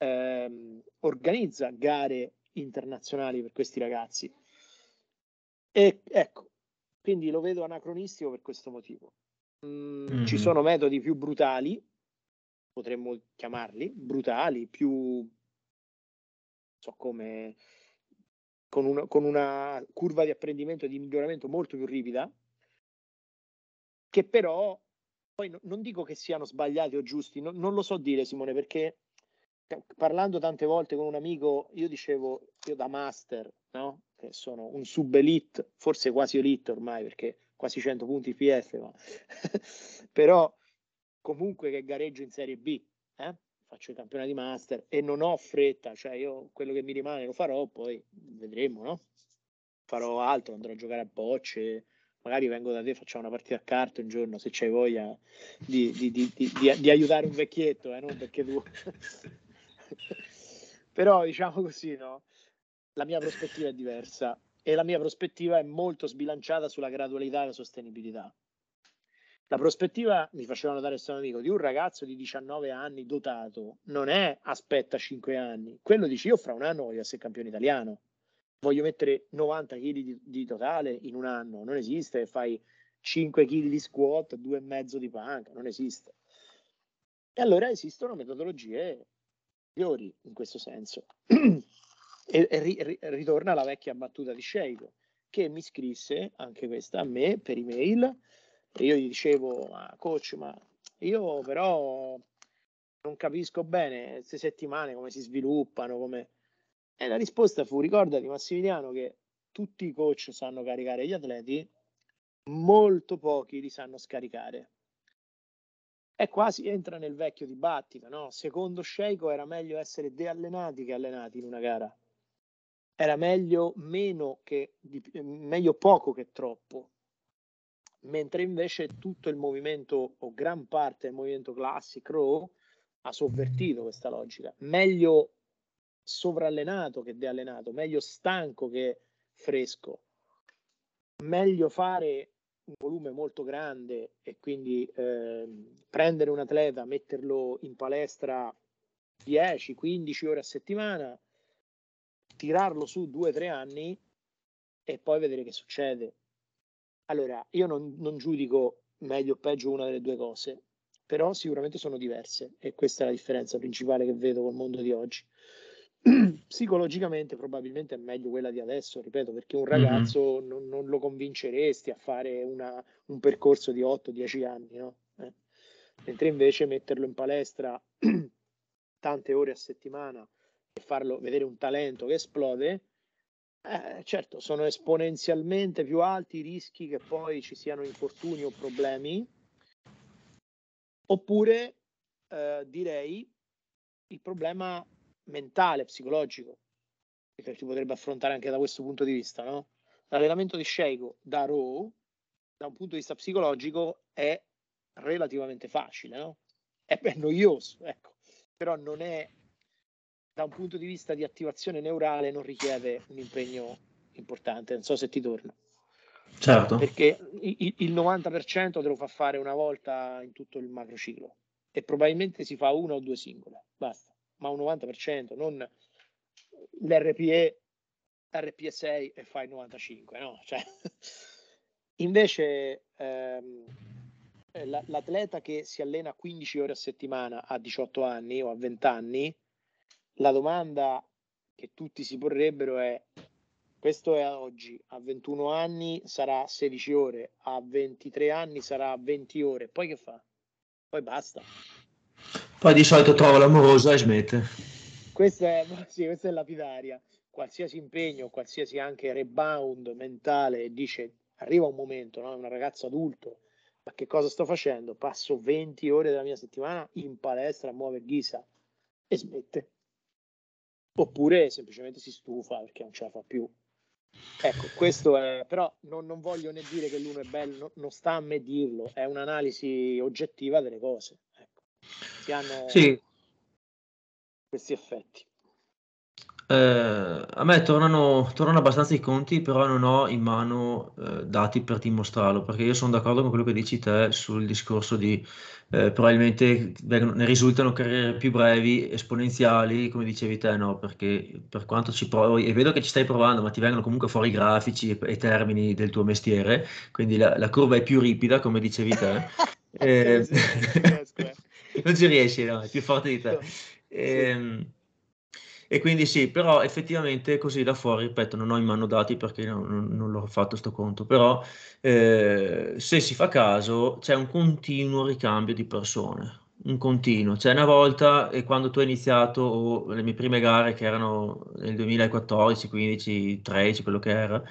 ehm, organizza gare internazionali per questi ragazzi. E ecco, quindi lo vedo anacronistico per questo motivo. Mm, Mm-hmm. Ci sono metodi più brutali, potremmo chiamarli brutali, più so come con, un, con una curva di apprendimento e di miglioramento molto più ripida, che però poi no, non dico che siano sbagliati o giusti, no, non lo so dire, Simone, perché parlando tante volte con un amico, io dicevo, io da master, no? Che sono un sub elite, forse quasi elite ormai, perché quasi cento punti P F, ma però comunque che gareggio in Serie B, eh? Faccio i campionati master e non ho fretta, cioè io quello che mi rimane lo farò, poi vedremo, no? Farò altro, andrò a giocare a bocce, magari vengo da te, facciamo una partita a carte un giorno, se c'hai voglia di, di, di, di, di aiutare un vecchietto, eh, non perché tu... Però diciamo così, no? La mia prospettiva è diversa e la mia prospettiva è molto sbilanciata sulla gradualità e la sostenibilità. La prospettiva, mi faceva notare questo amico, di un ragazzo di diciannove anni dotato non è aspetta cinque anni, quello dice io fra un anno voglio essere campione italiano, voglio mettere novanta chili di, di totale in un anno, non esiste, fai cinque chili di squat, due e mezzo di panca, non esiste. E allora esistono metodologie migliori in questo senso. E, e ri, ritorna la vecchia battuta di Sheiko, che mi scrisse anche questa a me per email, e io gli dicevo, ma coach, ma io però non capisco bene queste settimane come si sviluppano, come... E la risposta fu, ricordati Massimiliano che tutti i coach sanno caricare gli atleti, molto pochi li sanno scaricare. E quasi entra nel vecchio dibattito, no? Secondo Sheiko era meglio essere deallenati che allenati in una gara. Era meglio meno che di, meglio poco che troppo. Mentre invece tutto il movimento o gran parte del movimento classic raw ha sovvertito questa logica. Meglio sovrallenato che deallenato, meglio stanco che fresco. Meglio fare un volume molto grande e quindi eh, prendere un atleta, metterlo in palestra dieci quindici ore a settimana, tirarlo su due tre anni e poi vedere che succede. Allora, io non, non giudico meglio o peggio una delle due cose, però sicuramente sono diverse e questa è la differenza principale che vedo col mondo di oggi. Psicologicamente probabilmente è meglio quella di adesso, ripeto, perché un ragazzo mm-hmm. non, non lo convinceresti a fare una, un percorso di otto dieci anni, no? Eh? Mentre invece metterlo in palestra tante ore a settimana e farlo vedere un talento che esplode, eh, certo, sono esponenzialmente più alti i rischi che poi ci siano infortuni o problemi, oppure eh, direi il problema mentale, psicologico, che si potrebbe affrontare anche da questo punto di vista, no? L'allenamento di Sheiko da raw, da un punto di vista psicologico, è relativamente facile, no? È ben noioso, ecco, però non è, da un punto di vista di attivazione neurale, non richiede un impegno importante, non so se ti torna. Certo. Perché il novanta per cento te lo fa fare una volta in tutto il macrociclo e probabilmente si fa una o due singole, basta, ma un novanta per cento, non l'R P E, R P E sei e fai il novantacinque, no? Cioè, invece ehm, l'atleta che si allena quindici ore a settimana a diciotto anni o a venti anni, la domanda che tutti si porrebbero è: questo è oggi, a ventuno anni sarà sedici ore, a ventitré anni sarà venti ore, poi che fa? Poi basta. Poi di solito trova l'amorosa e smette. Questa è, sì, questa è lapidaria. Qualsiasi impegno, qualsiasi anche rebound mentale, dice, arriva un momento, no? Un ragazzo adulto, ma che cosa sto facendo? Passo venti ore della mia settimana in palestra a muovere ghisa e smette. Oppure semplicemente si stufa perché non ce la fa più. Ecco, questo è, però non, non voglio né dire che l'uno è bello, no, non sta a me dirlo, è un'analisi oggettiva delle cose. Ecco. Si hanno sì. questi effetti. Eh, a me tornano, tornano abbastanza i conti, però non ho in mano eh, dati per dimostrarlo, perché io sono d'accordo con quello che dici te sul discorso di eh, probabilmente vengono- ne risultano carriere più brevi, esponenziali, come dicevi te, no? Perché per quanto ci provi, e vedo che ci stai provando, ma ti vengono comunque fuori i grafici e, e termini del tuo mestiere, quindi la, la curva è più ripida, come dicevi te. Io Eh, così non, non ci riesco, eh. non ci riesci, no? È più forte di te. No. Sì, Ehm, E, quindi sì, però effettivamente così da fuori, ripeto, non ho in mano dati perché non, non- non l'ho fatto sto conto, però eh, se si fa caso c'è un continuo ricambio di persone, un continuo. C'è una volta, e quando tu hai iniziato, o le mie prime gare che erano nel duemilaquattordici, quindici, tredici, quello che era,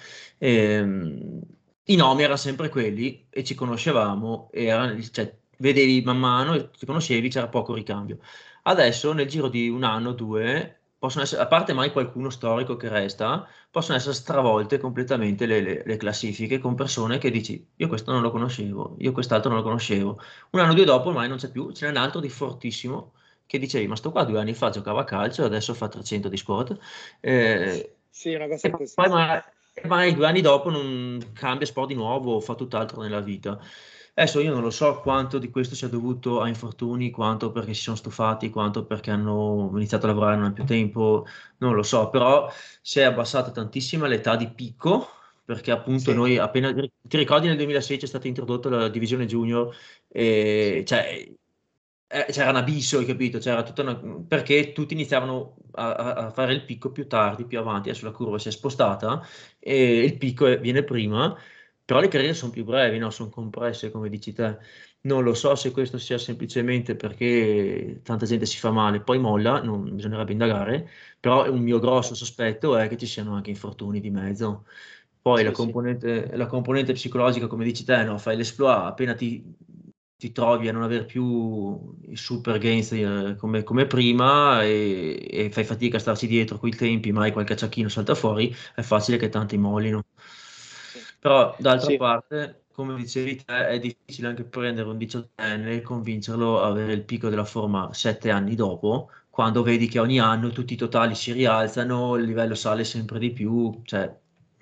ehm, i nomi erano sempre quelli e ci conoscevamo, e erano- cioè, vedevi man mano e ti conoscevi, c'era poco ricambio. Adesso, nel giro di un anno o due, possono essere, a parte mai qualcuno storico che resta, possono essere stravolte completamente le, le- le classifiche con persone che dici, io questo non lo conoscevo, io quest'altro non lo conoscevo. Un anno o due dopo ormai non c'è più, ce n'è un altro di fortissimo che dicevi, ma sto qua due anni fa giocava a calcio, adesso fa trecento di squat. Eh, sì, una cosa e così, poi sì. ma- e magari due anni dopo non cambia sport di nuovo o fa tutt'altro nella vita. Adesso io non lo so quanto di questo sia dovuto a infortuni, quanto perché si sono stufati, quanto perché hanno iniziato a lavorare non hanno più tempo, non lo so, però si è abbassata tantissimo l'età di picco, perché appunto Sì, noi appena, ti ricordi nel duemilasei c'è stata introdotta la divisione junior, e, sì, cioè, eh, c'era un abisso, hai capito? C'era tutta una- perché tutti iniziavano a, a- a fare il picco più tardi, più avanti, adesso la curva si è spostata e il picco è- viene prima, però le carriere sono più brevi, no? Sono compresse, come dici te. Non lo so se questo sia semplicemente perché tanta gente si fa male, poi molla, non bisognerebbe indagare, però un mio grosso infatti. sospetto è che ci siano anche infortuni di mezzo. Poi la Sì, sì, componente, la componente psicologica, come dici te, no? Fai l'esploit, appena ti, ti trovi a non avere più i super gains eh, come, come prima e, e fai fatica a starci dietro coi tempi, mai qualche acciacchino salta fuori, è facile che tanti mollino. sì, Però d'altra sì. parte, come dicevi te, è difficile anche prendere un diciottenne e convincerlo a avere il picco della forma sette anni dopo, quando vedi che ogni anno tutti i totali si rialzano, il livello sale sempre di più, cioè.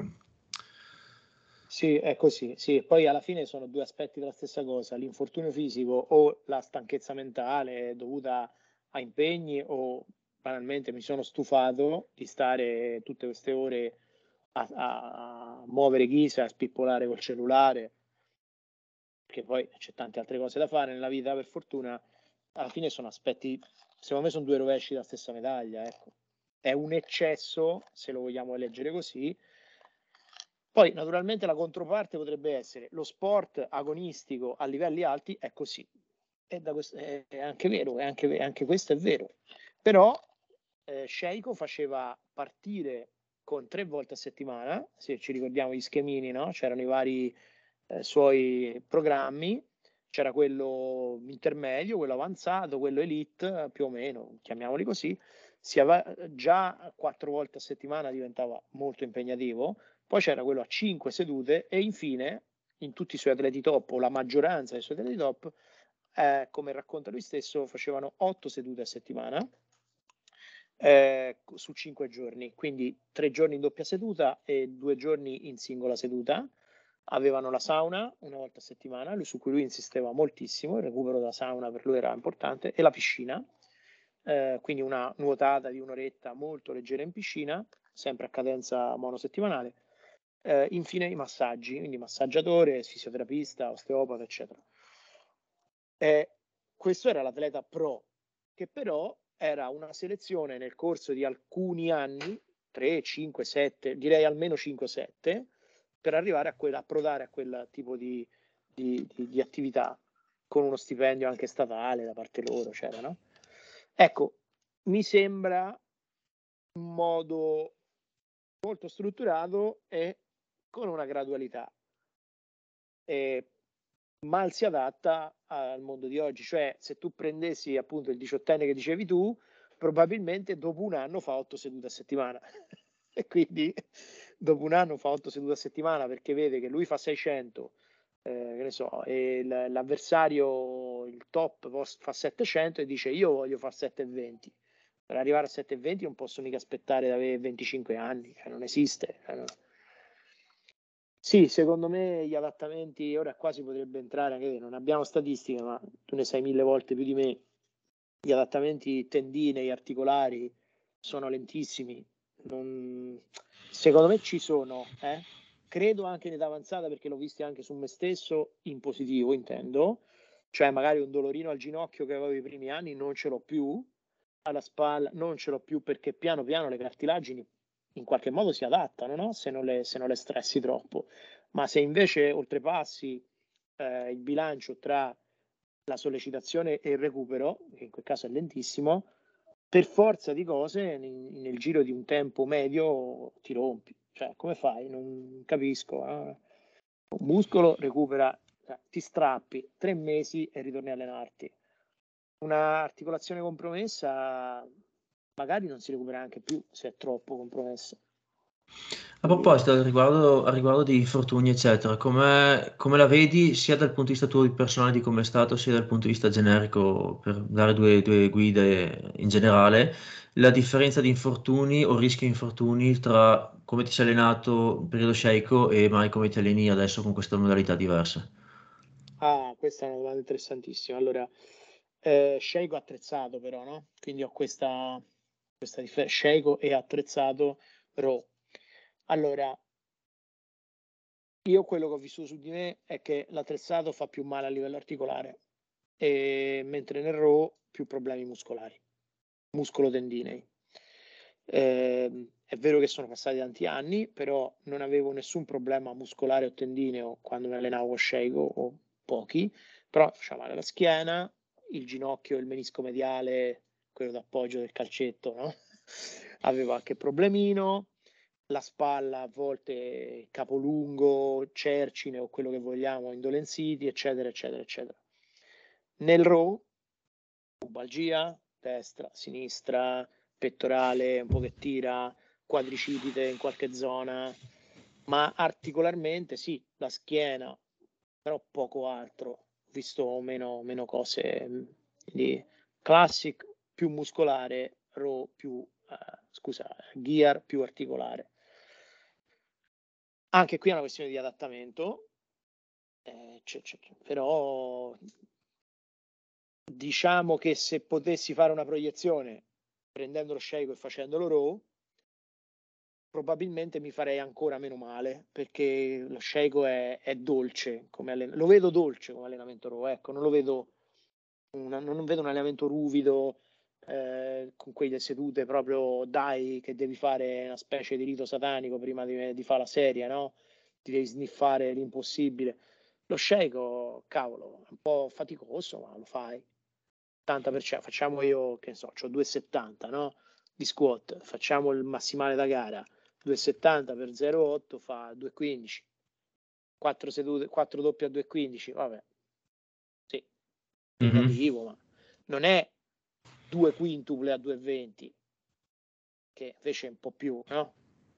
Sì, è così. Sì, poi alla fine sono due aspetti della stessa cosa, l'infortunio fisico o la stanchezza mentale dovuta a impegni o banalmente mi sono stufato di stare tutte queste ore a, a muovere ghisa, a spippolare col cellulare, che poi c'è tante altre cose da fare nella vita, per fortuna, alla fine sono aspetti, secondo me sono due rovesci della stessa medaglia, ecco. È un eccesso, se lo vogliamo leggere così. Poi, naturalmente, la controparte potrebbe essere lo sport agonistico a livelli alti, è così. È, da questo, è anche vero, è anche, anche questo è vero. Però eh, Sheiko faceva partire con tre volte a settimana, se ci ricordiamo gli schemini, no? C'erano i vari eh, suoi programmi, c'era quello intermedio, quello avanzato, quello elite, più o meno, chiamiamoli così. Si aveva, già quattro volte a settimana diventava molto impegnativo, poi c'era quello a cinque sedute e infine in tutti i suoi atleti top o la maggioranza dei suoi atleti top, eh, come racconta lui stesso, facevano otto sedute a settimana eh, su cinque giorni, quindi tre giorni in doppia seduta e due giorni in singola seduta. Avevano la sauna una volta a settimana, su cui lui insisteva moltissimo, il recupero da sauna per lui era importante, e la piscina, eh, quindi una nuotata di un'oretta molto leggera in piscina, sempre a cadenza monosettimanale. Eh, infine i massaggi, quindi massaggiatore, fisioterapista, osteopata, eccetera. Eh, questo era l'atleta pro, che però era una selezione nel corso di alcuni anni, tre, cinque, sette, direi almeno cinque sette, per arrivare a quella, approdare a quel tipo di, di, di, di attività, con uno stipendio anche statale da parte loro, c'era, no? Ecco, mi sembra un modo molto strutturato e con una gradualità. E mal si adatta al mondo di oggi, cioè se tu prendessi appunto il diciottenne che dicevi tu, probabilmente dopo un anno fa otto sedute a settimana e quindi dopo un anno fa otto sedute a settimana perché vede che lui fa seicento, eh, che ne so, e l'avversario, il top fa settecento e dice io voglio fare sette e venti. Per arrivare a sette e venti non posso mica aspettare di avere venticinque anni, cioè non esiste. Cioè no. Sì, secondo me gli adattamenti, ora qua si potrebbe entrare, anche non abbiamo statistiche, ma tu ne sai mille volte più di me, gli adattamenti tendinei, articolari sono lentissimi. Non... Secondo me ci sono, eh? Credo anche in età avanzata, perché l'ho visto anche su me stesso, in positivo intendo, cioè magari un dolorino al ginocchio che avevo i primi anni non ce l'ho più, alla spalla non ce l'ho più, perché piano piano le cartilagini in qualche modo si adattano, no? Se non le, se non le stressi troppo. Ma se invece oltrepassi eh, il bilancio tra la sollecitazione e il recupero, che in quel caso è lentissimo, per forza di cose nel, nel giro di un tempo medio ti rompi. Cioè, come fai? Non capisco. Eh? Un muscolo recupera, cioè, ti strappi tre mesi e ritorni a allenarti. Una articolazione compromessa magari non si recupera anche più se è troppo compromessa. A proposito, al riguardo, al riguardo di infortuni, eccetera, come, come la vedi sia dal punto di vista tuo di personale di come è stato, sia dal punto di vista generico, per dare due, due guide in generale, la differenza di infortuni o rischio infortuni tra come ti sei allenato in periodo sceicco e mai come ti alleni adesso con queste modalità diverse? Ah, questa è una domanda interessantissima. Allora, eh, scelgo attrezzato però, no? Quindi ho questa, questa differenza, scelgo e attrezzato raw. Allora, io quello che ho vissuto su di me è che l'attrezzato fa più male a livello articolare, e, mentre nel raw più problemi muscolari, muscolo-tendinei. Eh, è vero che sono passati tanti anni, però non avevo nessun problema muscolare o tendineo quando mi allenavo con Sceiko, o pochi, però faceva male la schiena, il ginocchio, il menisco mediale, quello d'appoggio del calcetto, no? Aveva qualche problemino, la spalla a volte capolungo, cercine o quello che vogliamo, indolenziti, eccetera, eccetera, eccetera. Nel raw, pubalgia, destra, sinistra, pettorale un po' che tira, quadricipite in qualche zona, ma articolarmente sì, la schiena, però poco altro, ho visto meno, meno cose di classic, più muscolare, raw più, uh, scusa, gear più articolare. Anche qui è una questione di adattamento, eh, c'è, c'è, però diciamo che se potessi fare una proiezione prendendo lo Sceiko e facendolo raw, probabilmente mi farei ancora meno male, perché lo Sceiko è, è dolce come allenamento, lo vedo dolce come allenamento raw, ecco, non lo vedo una, non vedo un allenamento ruvido, eh, con quelle sedute proprio dai che devi fare una specie di rito satanico prima di, di fare la serie, no? Ti devi sniffare l'impossibile. Lo Sceiko, cavolo, è un po' faticoso, ma lo fai. ottanta per cento, facciamo io, che ne so, ho due e settanta, no? Di squat, facciamo il massimale da gara, due e settanta per zero virgola otto fa due e quindici, quattro sedute, quattro doppie a due e quindici, vabbè, sì, impegnativo, mm-hmm. Ma non è due quintuple a due e venti, che invece è un po' più, no?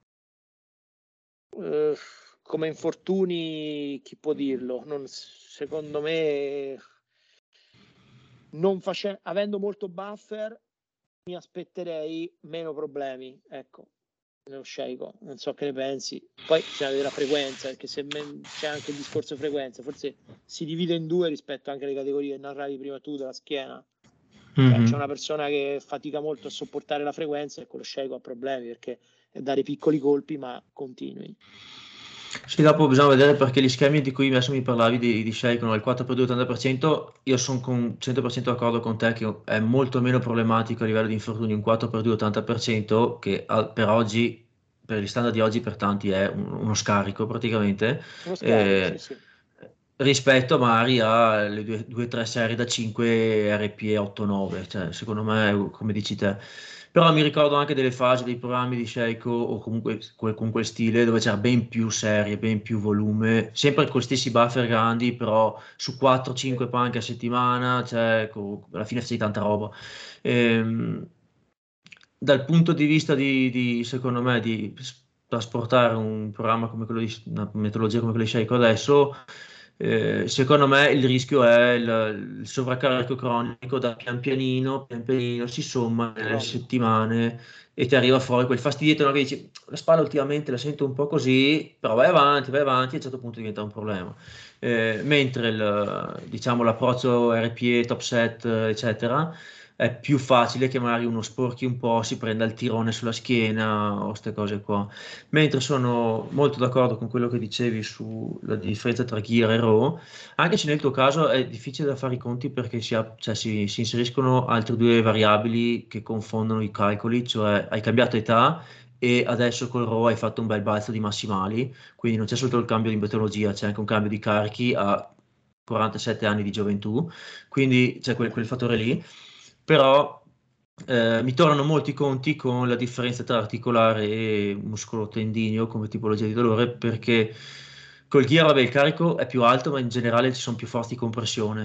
Uh, come infortuni, chi può dirlo? Non, secondo me, non face- avendo molto buffer, mi aspetterei meno problemi, ecco, nello Sceiko, non so che ne pensi. Poi bisogna vedere la frequenza, perché se me- c'è anche il discorso frequenza, forse si divide in due rispetto anche alle categorie che narravi prima tu della schiena. Cioè, mm-hmm. C'è una persona che fatica molto a sopportare la frequenza e con lo Sceiko ha problemi, perché è dare piccoli colpi ma continui. Sì, dopo bisogna vedere, perché gli schemi di cui adesso mi parlavi di, di Sceiko, no? Il quattro per due ottanta per cento, io sono con cento per cento d'accordo con te che è molto meno problematico a livello di infortuni un quattro per due ottanta per cento, che per oggi, per gli standard di oggi, per tanti è un- uno scarico praticamente, Uno scarico, eh, sì, sì. rispetto magari alle due o tre serie da cinque R P E otto nove, cioè, secondo me, come dici te. Però mi ricordo anche delle fasi dei programmi di Sceiko o comunque que- con quel stile dove c'era ben più serie, ben più volume, sempre con gli stessi buffer grandi, però su quattro cinque panche a settimana, cioè co- alla fine sei tanta roba. Ehm, dal punto di vista di, di, secondo me, di s- trasportare un programma come quello di, una metodologia come quella di Sceiko adesso, Eh, secondo me il rischio è il, il sovraccarico cronico, da pian pianino, pian pianino si somma nelle Cronico. settimane e ti arriva fuori quel fastidio, no, che dici la spalla ultimamente la sento un po' così, però vai avanti, vai avanti e a un certo punto diventa un problema. Eh, mentre il, diciamo, l'approccio R P E, top set, eccetera, è più facile che magari uno sporchi un po', si prenda il tirone sulla schiena o queste cose qua. Mentre sono molto d'accordo con quello che dicevi sulla differenza tra gear e raw, anche se nel tuo caso è difficile da fare i conti perché si, ha- cioè, si- si inseriscono altre due variabili che confondono i calcoli, cioè hai cambiato età e adesso col raw hai fatto un bel balzo di massimali, quindi non c'è solo il cambio di metodologia, c'è anche un cambio di carichi a quarantasette anni di gioventù, quindi c'è quel, quel fattore lì, però eh, mi tornano molti conti con la differenza tra articolare e muscolo-tendineo come tipologia di dolore, perché col gear, vabbè, il carico è più alto, ma in generale ci sono più forti di compressione.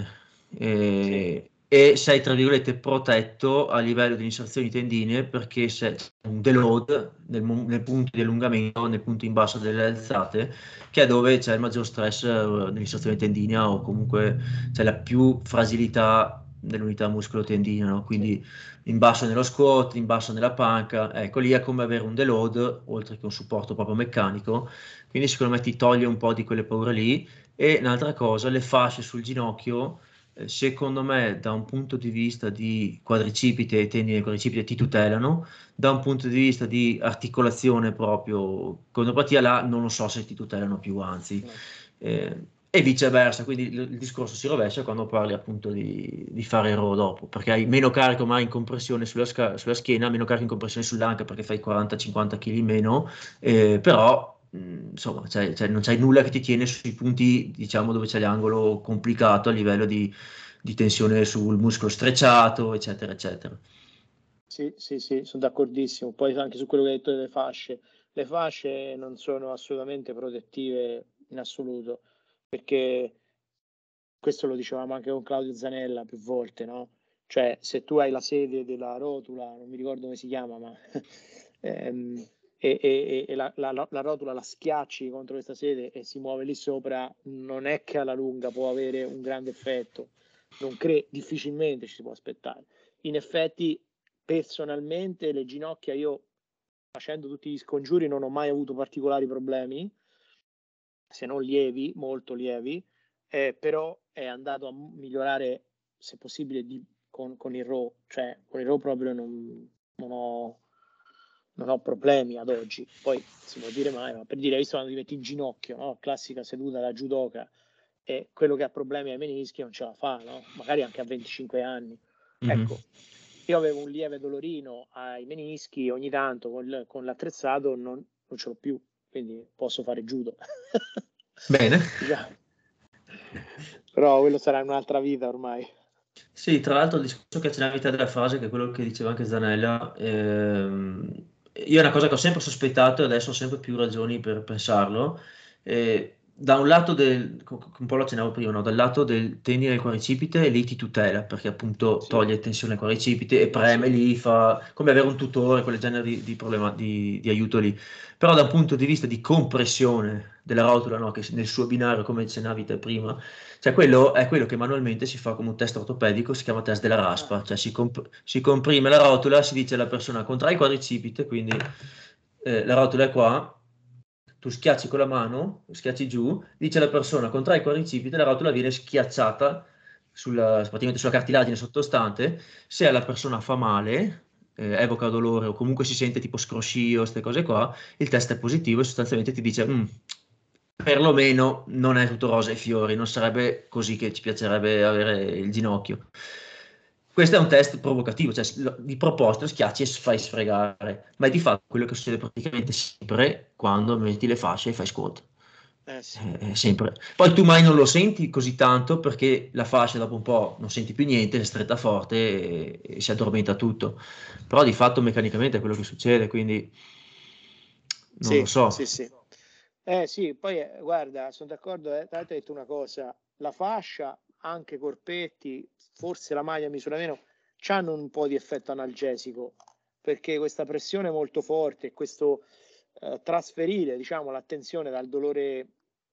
Sì, E, e sei, tra virgolette, protetto a livello di inserzioni tendinee perché c'è un deload nel, mo- nel punto di allungamento, nel punto in basso delle alzate, che è dove c'è il maggior stress eh, nell'inserzione tendinea o comunque c'è la più fragilità dell'unità muscolo-tendinea, no? sì, Quindi in basso nello squat, in basso nella panca, ecco lì è come avere un deload oltre che un supporto proprio meccanico, quindi secondo me ti toglie un po' di quelle paure lì. E un'altra cosa, le fasce sul ginocchio, eh, secondo me da un punto di vista di quadricipite e tendine quadricipite ti tutelano, da un punto di vista di articolazione proprio, condropatia là non lo so se ti tutelano più, anzi. no. Eh, e viceversa, quindi il, il discorso si rovescia quando parli appunto di, di fare row dopo, perché hai meno carico mai in compressione sulla, sca- sulla schiena, meno carico in compressione sull'anca perché fai quaranta cinquanta kg in meno, eh, però mh, insomma c'è- c'è- non c'è nulla che ti tiene sui punti, diciamo, dove c'è l'angolo complicato a livello di, di tensione sul muscolo strecciato, eccetera, eccetera. Sì, sì, sì, sono d'accordissimo. Poi anche su quello che hai detto delle fasce. Le fasce non sono assolutamente protettive in assoluto, perché questo lo dicevamo anche con Claudio Zanella più volte, no? Cioè, se tu hai la sede della rotula, non mi ricordo come si chiama, ma ehm, e, e- e la, la- la rotula la schiacci contro questa sede e si muove lì sopra, non è che alla lunga può avere un grande effetto. Non cre- difficilmente ci si può aspettare. In effetti, personalmente, le ginocchia, io facendo tutti gli scongiuri, non ho mai avuto particolari problemi, se non lievi, molto lievi, eh, però è andato a migliorare, se possibile, di, con, con il raw, cioè con il raw proprio non, non ho, non ho problemi ad oggi. Poi si può dire mai, ma per dire, hai visto quando ti metti in ginocchio, no? Classica seduta da judoka, e quello che ha problemi ai menischi non ce la fa, no? Magari anche a venticinque anni. Mhm. Ecco, io avevo un lieve dolorino ai menischi, ogni tanto con, con l'attrezzato non, non ce l'ho più, quindi posso fare judo. Bene. Diciamo. Però quello sarà un'altra vita ormai. Sì, tra l'altro il discorso che accennavi te della frase, che è quello che diceva anche Zanella, ehm, io è una cosa che ho sempre sospettato e adesso ho sempre più ragioni per pensarlo. Eh, da un lato del, co- co- un po' lo accennavo prima, no? Dal lato del tendine del quadricipite, lì ti tutela, perché appunto Sì, toglie tensione al quadricipite e preme sì, lì, fa come avere un tutore, quel genere di, di problema, di, di aiuto lì. Però da un punto di vista di compressione della rotola, no? Che nel suo binario, come accennavi te prima, cioè, quello è quello che manualmente si fa come un test ortopedico, si chiama test della ah, raspa, cioè si, comp- si comprime la rotola, si dice alla persona contrai il quadricipite, quindi eh, la rotola è qua, tu schiacci con la mano, schiacci giù, dice alla persona contrai il quadricipite, la rotola viene schiacciata sulla, praticamente sulla cartilagine sottostante, se alla persona fa male, eh, evoca dolore o comunque si sente tipo scroscio, queste cose qua, il test è positivo e sostanzialmente ti dice "Mm, perlomeno non è tutto rosa e fiori, non sarebbe così che ci piacerebbe avere il ginocchio. Questo è un test provocativo, cioè s- di proposito schiacci e s- fai sfregare, ma è di fatto quello che succede praticamente sempre quando metti le fasce e fai squat. eh sì, Eh, sempre. Poi tu mai non lo senti così tanto perché la fascia dopo un po' non senti più niente, è stretta forte e, e si addormenta tutto. Però di fatto meccanicamente è quello che succede, quindi non lo sì, so. sì, sì. Eh sì, poi eh, guarda, sono d'accordo, eh, tra l'altro hai detto una cosa, la fascia, anche corpetti, forse la maglia misura meno, hanno un po' di effetto analgesico, perché questa pressione molto forte, questo eh, trasferire, diciamo, l'attenzione dal dolore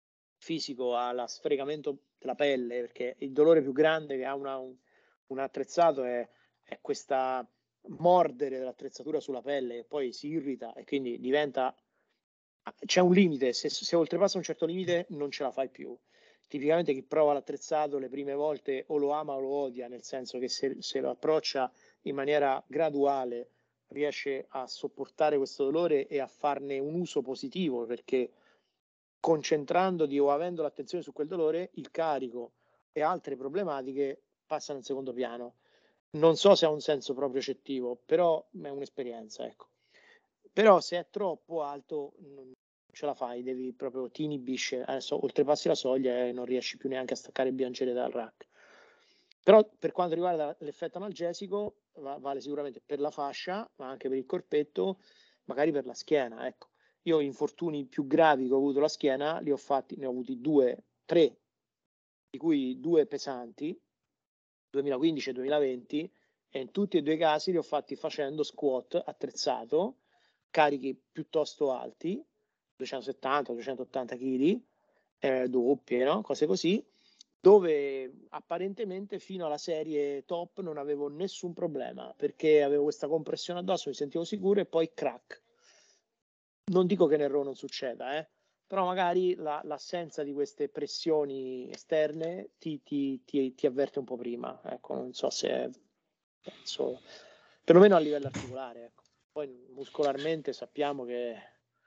fisico allo sfregamento della pelle, perché il dolore più grande che ha una, un, un attrezzato è, è questa mordere dell'attrezzatura sulla pelle, che poi si irrita e quindi diventa, c'è un limite, se, se oltrepassa un certo limite non ce la fai più. Tipicamente chi prova l'attrezzato le prime volte o lo ama o lo odia, nel senso che se, se lo approccia in maniera graduale riesce a sopportare questo dolore e a farne un uso positivo, perché concentrandoti o avendo l'attenzione su quel dolore, il carico e altre problematiche passano in secondo piano. Non so se ha un senso proprio cettivo, però è un'esperienza, ecco. Però se è troppo alto non ce la fai, devi proprio ti inibisce, adesso oltrepassi la soglia e non riesci più neanche a staccare il bilanciere dal rack. Però per quanto riguarda l'effetto analgesico va, vale sicuramente per la fascia, ma anche per il corpetto, magari per la schiena, ecco. Io infortuni più gravi che ho avuto la schiena li ho fatti, ne ho avuti due, tre, di cui due pesanti, duemilaquindici e duemilaventi, e in tutti e due i casi li ho fatti facendo squat attrezzato, carichi piuttosto alti, duecentosettanta duecentottanta kg, eh, doppie, no? Cose così, dove apparentemente fino alla serie top non avevo nessun problema, perché avevo questa compressione addosso, mi sentivo sicuro e poi crack. Non dico che nel RAW non succeda, eh, però magari la, l'assenza di queste pressioni esterne ti, ti, ti, ti avverte un po' prima. Ecco, non so se penso, perlomeno a livello articolare. Ecco. Poi muscolarmente sappiamo che,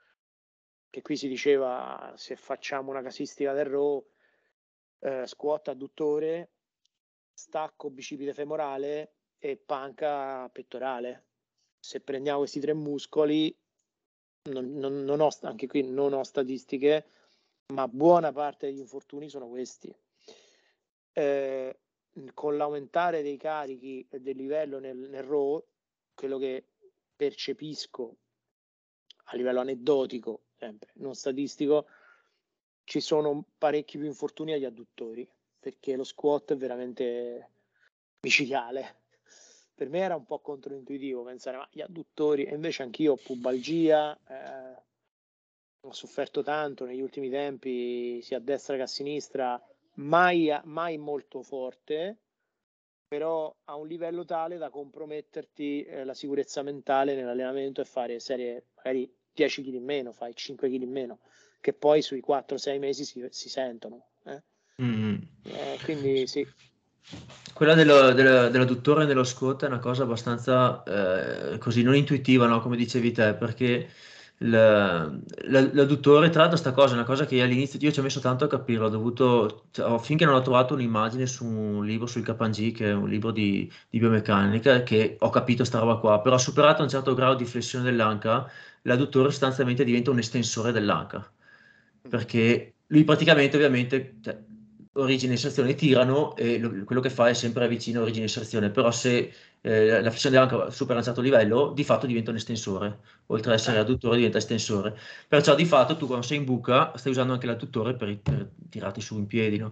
che qui si diceva se facciamo una casistica del RAW, eh, squat adduttore, stacco bicipite femorale e panca pettorale. Se prendiamo questi tre muscoli, non, non, non ho, anche qui non ho statistiche, ma buona parte degli infortuni sono questi. Eh, con l'aumentare dei carichi e del livello nel, nel RAW, quello che percepisco a livello aneddotico, sempre non statistico, ci sono parecchi più infortuni agli adduttori, perché lo squat è veramente micidiale. Per me era un po' controintuitivo pensare, ma gli adduttori, e invece anch'io ho pubalgia, eh, ho sofferto tanto negli ultimi tempi, sia a destra che a sinistra, mai, mai molto forte, però a un livello tale da comprometterti eh, la sicurezza mentale nell'allenamento e fare serie magari dieci chili in meno, fai cinque chili in meno, che poi sui quattro sei mesi si, si sentono. Eh? Mm. Eh, quindi sì. Quella dello, dello- dell'adduttore e dello squat è una cosa abbastanza eh, così non intuitiva, no? Come dicevi te, perché il- la- l'adduttore, tra l'altro, sta cosa è una cosa che all'inizio io ci ho messo tanto a capire, ho dovuto, cioè, ho- finché non ho trovato un'immagine su un libro sul K G, che è un libro di, di biomeccanica, che ho capito sta roba qua, però superato un certo grado di flessione dell'anca, l'adduttore sostanzialmente diventa un estensore dell'anca, perché lui praticamente ovviamente cioè, origine e inserzione tirano e lo- quello che fa è sempre vicino a origine e inserzione, però se eh, la flessione dell'anca supera un certo livello, di fatto diventa un estensore, oltre ad essere Ah, adduttore diventa estensore. Perciò di fatto tu quando sei in buca stai usando anche l'adduttore per, per tirarti su in piedi, no?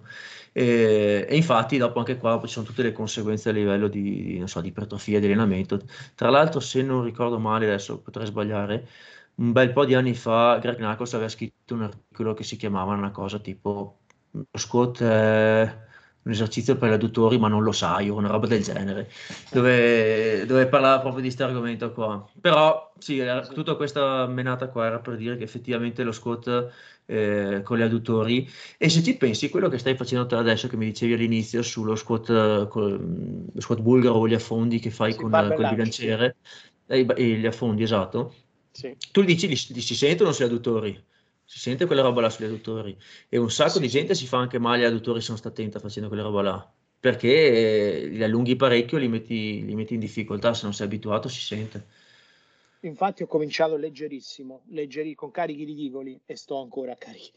E, e infatti dopo anche qua ci sono tutte le conseguenze a livello di, di, non so, di ipertrofia, di allenamento. Tra l'altro, se non ricordo male, adesso potrei sbagliare, un bel po' di anni fa Greg Knuckles aveva scritto un articolo che si chiamava una cosa tipo lo squat è un esercizio per gli adduttori ma non lo sai o una roba del genere ah, dove, dove parlava proprio di questo argomento qua. Però sì, sì, era- sì. tutta questa menata qua era per dire che effettivamente lo squat eh, con gli adduttori, e se ci pensi quello che stai facendo te adesso, che mi dicevi all'inizio sullo squat, eh, col- lo squat bulgaro o gli affondi che fai Sì, con, eh, barbell col lunge, sì. bilanciere e, i ba- e gli affondi, esatto, Sì, tu gli dici, li, li si sentono sugli adduttori, si sente quella roba là sugli adduttori, e un sacco sì, di sì. gente si fa anche male agli adduttori se non sta attenta facendo quella roba là, perché eh, li allunghi parecchio, li metti, li metti in difficoltà, se non sei abituato si sente. Infatti ho cominciato leggerissimo, leggeri, con carichi ridicoli e sto ancora a carichi.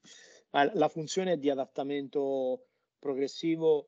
Ma la funzione è di adattamento progressivo.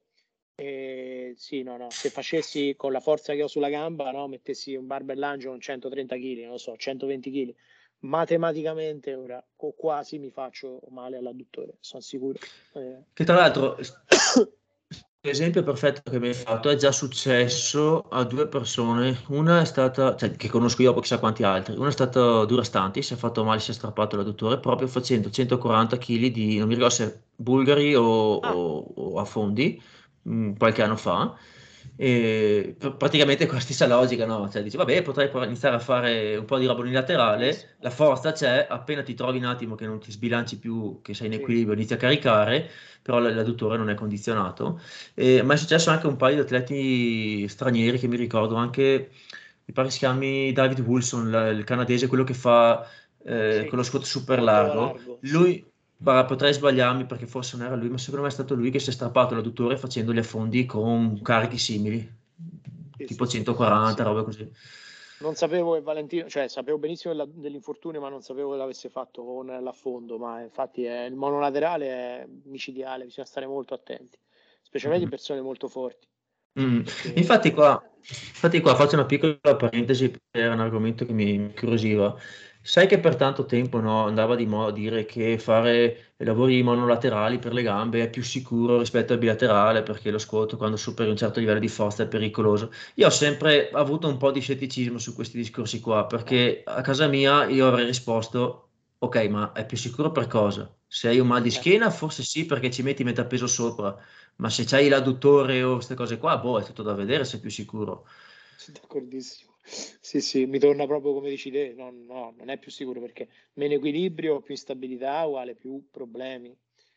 E sì, no, no. Se facessi con la forza che ho sulla gamba, no, mettessi un barbell lunge con centotrenta chili, non lo so, centoventi chili, matematicamente ora o quasi mi faccio male all'adduttore, sono sicuro. Eh. Che tra l'altro L'esempio perfetto che mi hai fatto è già successo a due persone. Una è stata, cioè, che conosco io, poi chissà quanti altri. Una è stata Durastanti, si è fatto male, si è strappato l'adduttore proprio facendo centoquaranta chili di, non mi ricordo se bulgari o, Ah, o- o a fondi, mh, qualche anno fa. E pr- praticamente con la stessa logica, no? Cioè, dici, vabbè, potrei provare- iniziare a fare un po' di roba benissimo. unilaterale, la forza c'è, appena ti trovi un attimo che non ti sbilanci più, che sei in Sì, equilibrio, inizi a caricare, però l- l'adduttore non è condizionato. Eh, ma è successo anche a un paio di atleti stranieri che mi ricordo, anche, mi pare si chiami David Wilson, la- il canadese, quello che fa eh, sì, con lo squat super molto largo. largo, sì, Lui, bah, potrei sbagliarmi perché forse non era lui, ma secondo me è stato lui che si è strappato l'adduttore facendo gli affondi con carichi simili, sì, tipo sì, sì, centoquaranta, sì. roba così. Non sapevo che Valentino, cioè sapevo benissimo della- dell'infortunio, ma non sapevo che l'avesse fatto con l'affondo, ma infatti è- il monolaterale è micidiale, bisogna stare molto attenti, specialmente Mm. in persone molto forti, Mm. Infatti perché qua, infatti qua faccio una piccola parentesi per un argomento che mi incuriosiva. Sai che per tanto tempo, no, andava di moda dire che fare lavori monolaterali per le gambe è più sicuro rispetto al bilaterale perché lo squat quando superi un certo livello di forza è pericoloso. Io ho sempre avuto un po' di scetticismo su questi discorsi qua perché a casa mia io avrei risposto, ok, ma è più sicuro per cosa? Se hai un mal di eh, schiena, forse sì perché ci metti metà peso sopra. Ma se c'hai l'adduttore o queste cose qua, boh, è tutto da vedere se è più sicuro. sono d'accordissimo. Sì, sì, mi torna proprio come dici te, no, no, non è più sicuro perché meno equilibrio, più instabilità, uguale più problemi.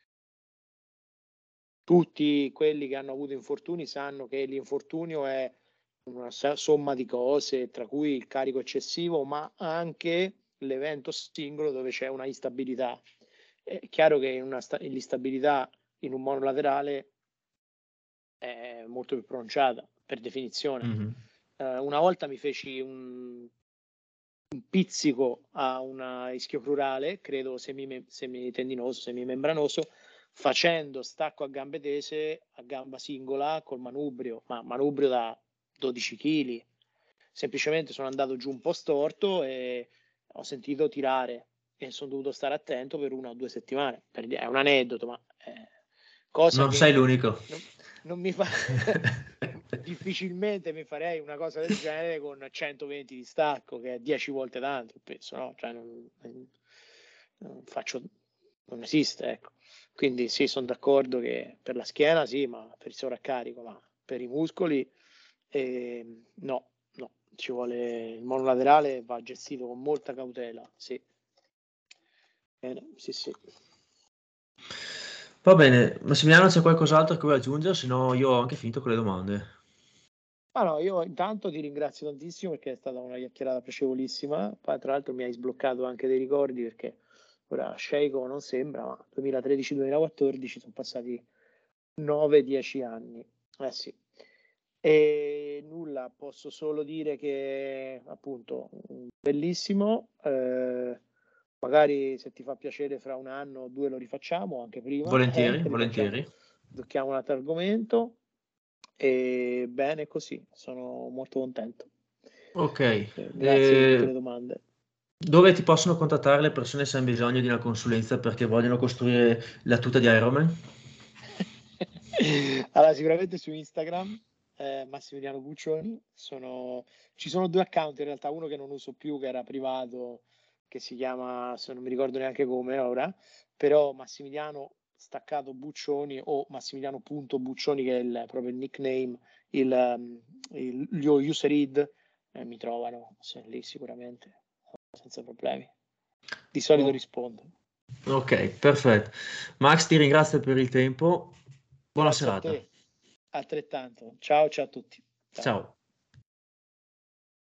Tutti quelli che hanno avuto infortuni sanno che l'infortunio è una sa- somma di cose, tra cui il carico eccessivo, ma anche l'evento singolo dove c'è una instabilità. È chiaro che una sta- l'instabilità in un monolaterale è molto più pronunciata, per definizione. Mhm. Eh, una volta mi feci un, un pizzico a una ischio crurale, credo semime- semitendinoso, semimembranoso, facendo stacco a gambe tese a gamba singola col manubrio, ma manubrio da dodici chili. Semplicemente sono andato giù un po' storto e ho sentito tirare e sono dovuto stare attento per una o due settimane. Per dire- È un aneddoto, ma è cosa Non sei che l'unico. non, non mi fa. Difficilmente mi farei una cosa del genere con centoventi di stacco, che è dieci volte tanto, penso, no? Cioè, non, non faccio, non esiste, ecco. Quindi sì, sono d'accordo che per la schiena sì, ma per il sovraccarico, ma per i muscoli eh, no, no, ci vuole il monolaterale, va gestito con molta cautela, sì. Bene, sì, sì. Va bene, Massimiliano, c'è qualcos'altro che vuoi aggiungere? Se no, io ho anche finito con le domande. Ah no, io intanto ti ringrazio tantissimo perché è stata una chiacchierata piacevolissima. Poi, tra l'altro, mi hai sbloccato anche dei ricordi perché ora Sheiko non sembra, ma duemilatredici duemilaquattordici sono passati nove dieci anni. Eh sì. E nulla, posso solo dire che appunto bellissimo. Eh, magari se ti fa piacere fra un anno o due lo rifacciamo, anche prima, eh, Volentieri, rifacciamo, volentieri. tocchiamo un altro argomento. E bene così, sono molto contento. Ok. Eh, grazie di tutte le Eh, domande. dove ti possono contattare le persone se hanno bisogno di una consulenza perché vogliono costruire la tuta di Ironman? Allora, sicuramente su Instagram, eh, Massimiliano Buccioni, sono, ci sono due account in realtà, uno che non uso più, che era privato, che si chiama, se non mi ricordo neanche come ora, però Massimiliano staccato Buccioni o Massimiliano.Buccioni, che è il, proprio il nickname, il, um, il, il user I D, eh, mi trovano se- lì sicuramente, senza problemi. Di solito Oh, rispondo. ok, perfetto. Max, ti ringrazio per il tempo. Buona Grazie a serata. te, altrettanto. Ciao, ciao a tutti. Ciao. Ciao.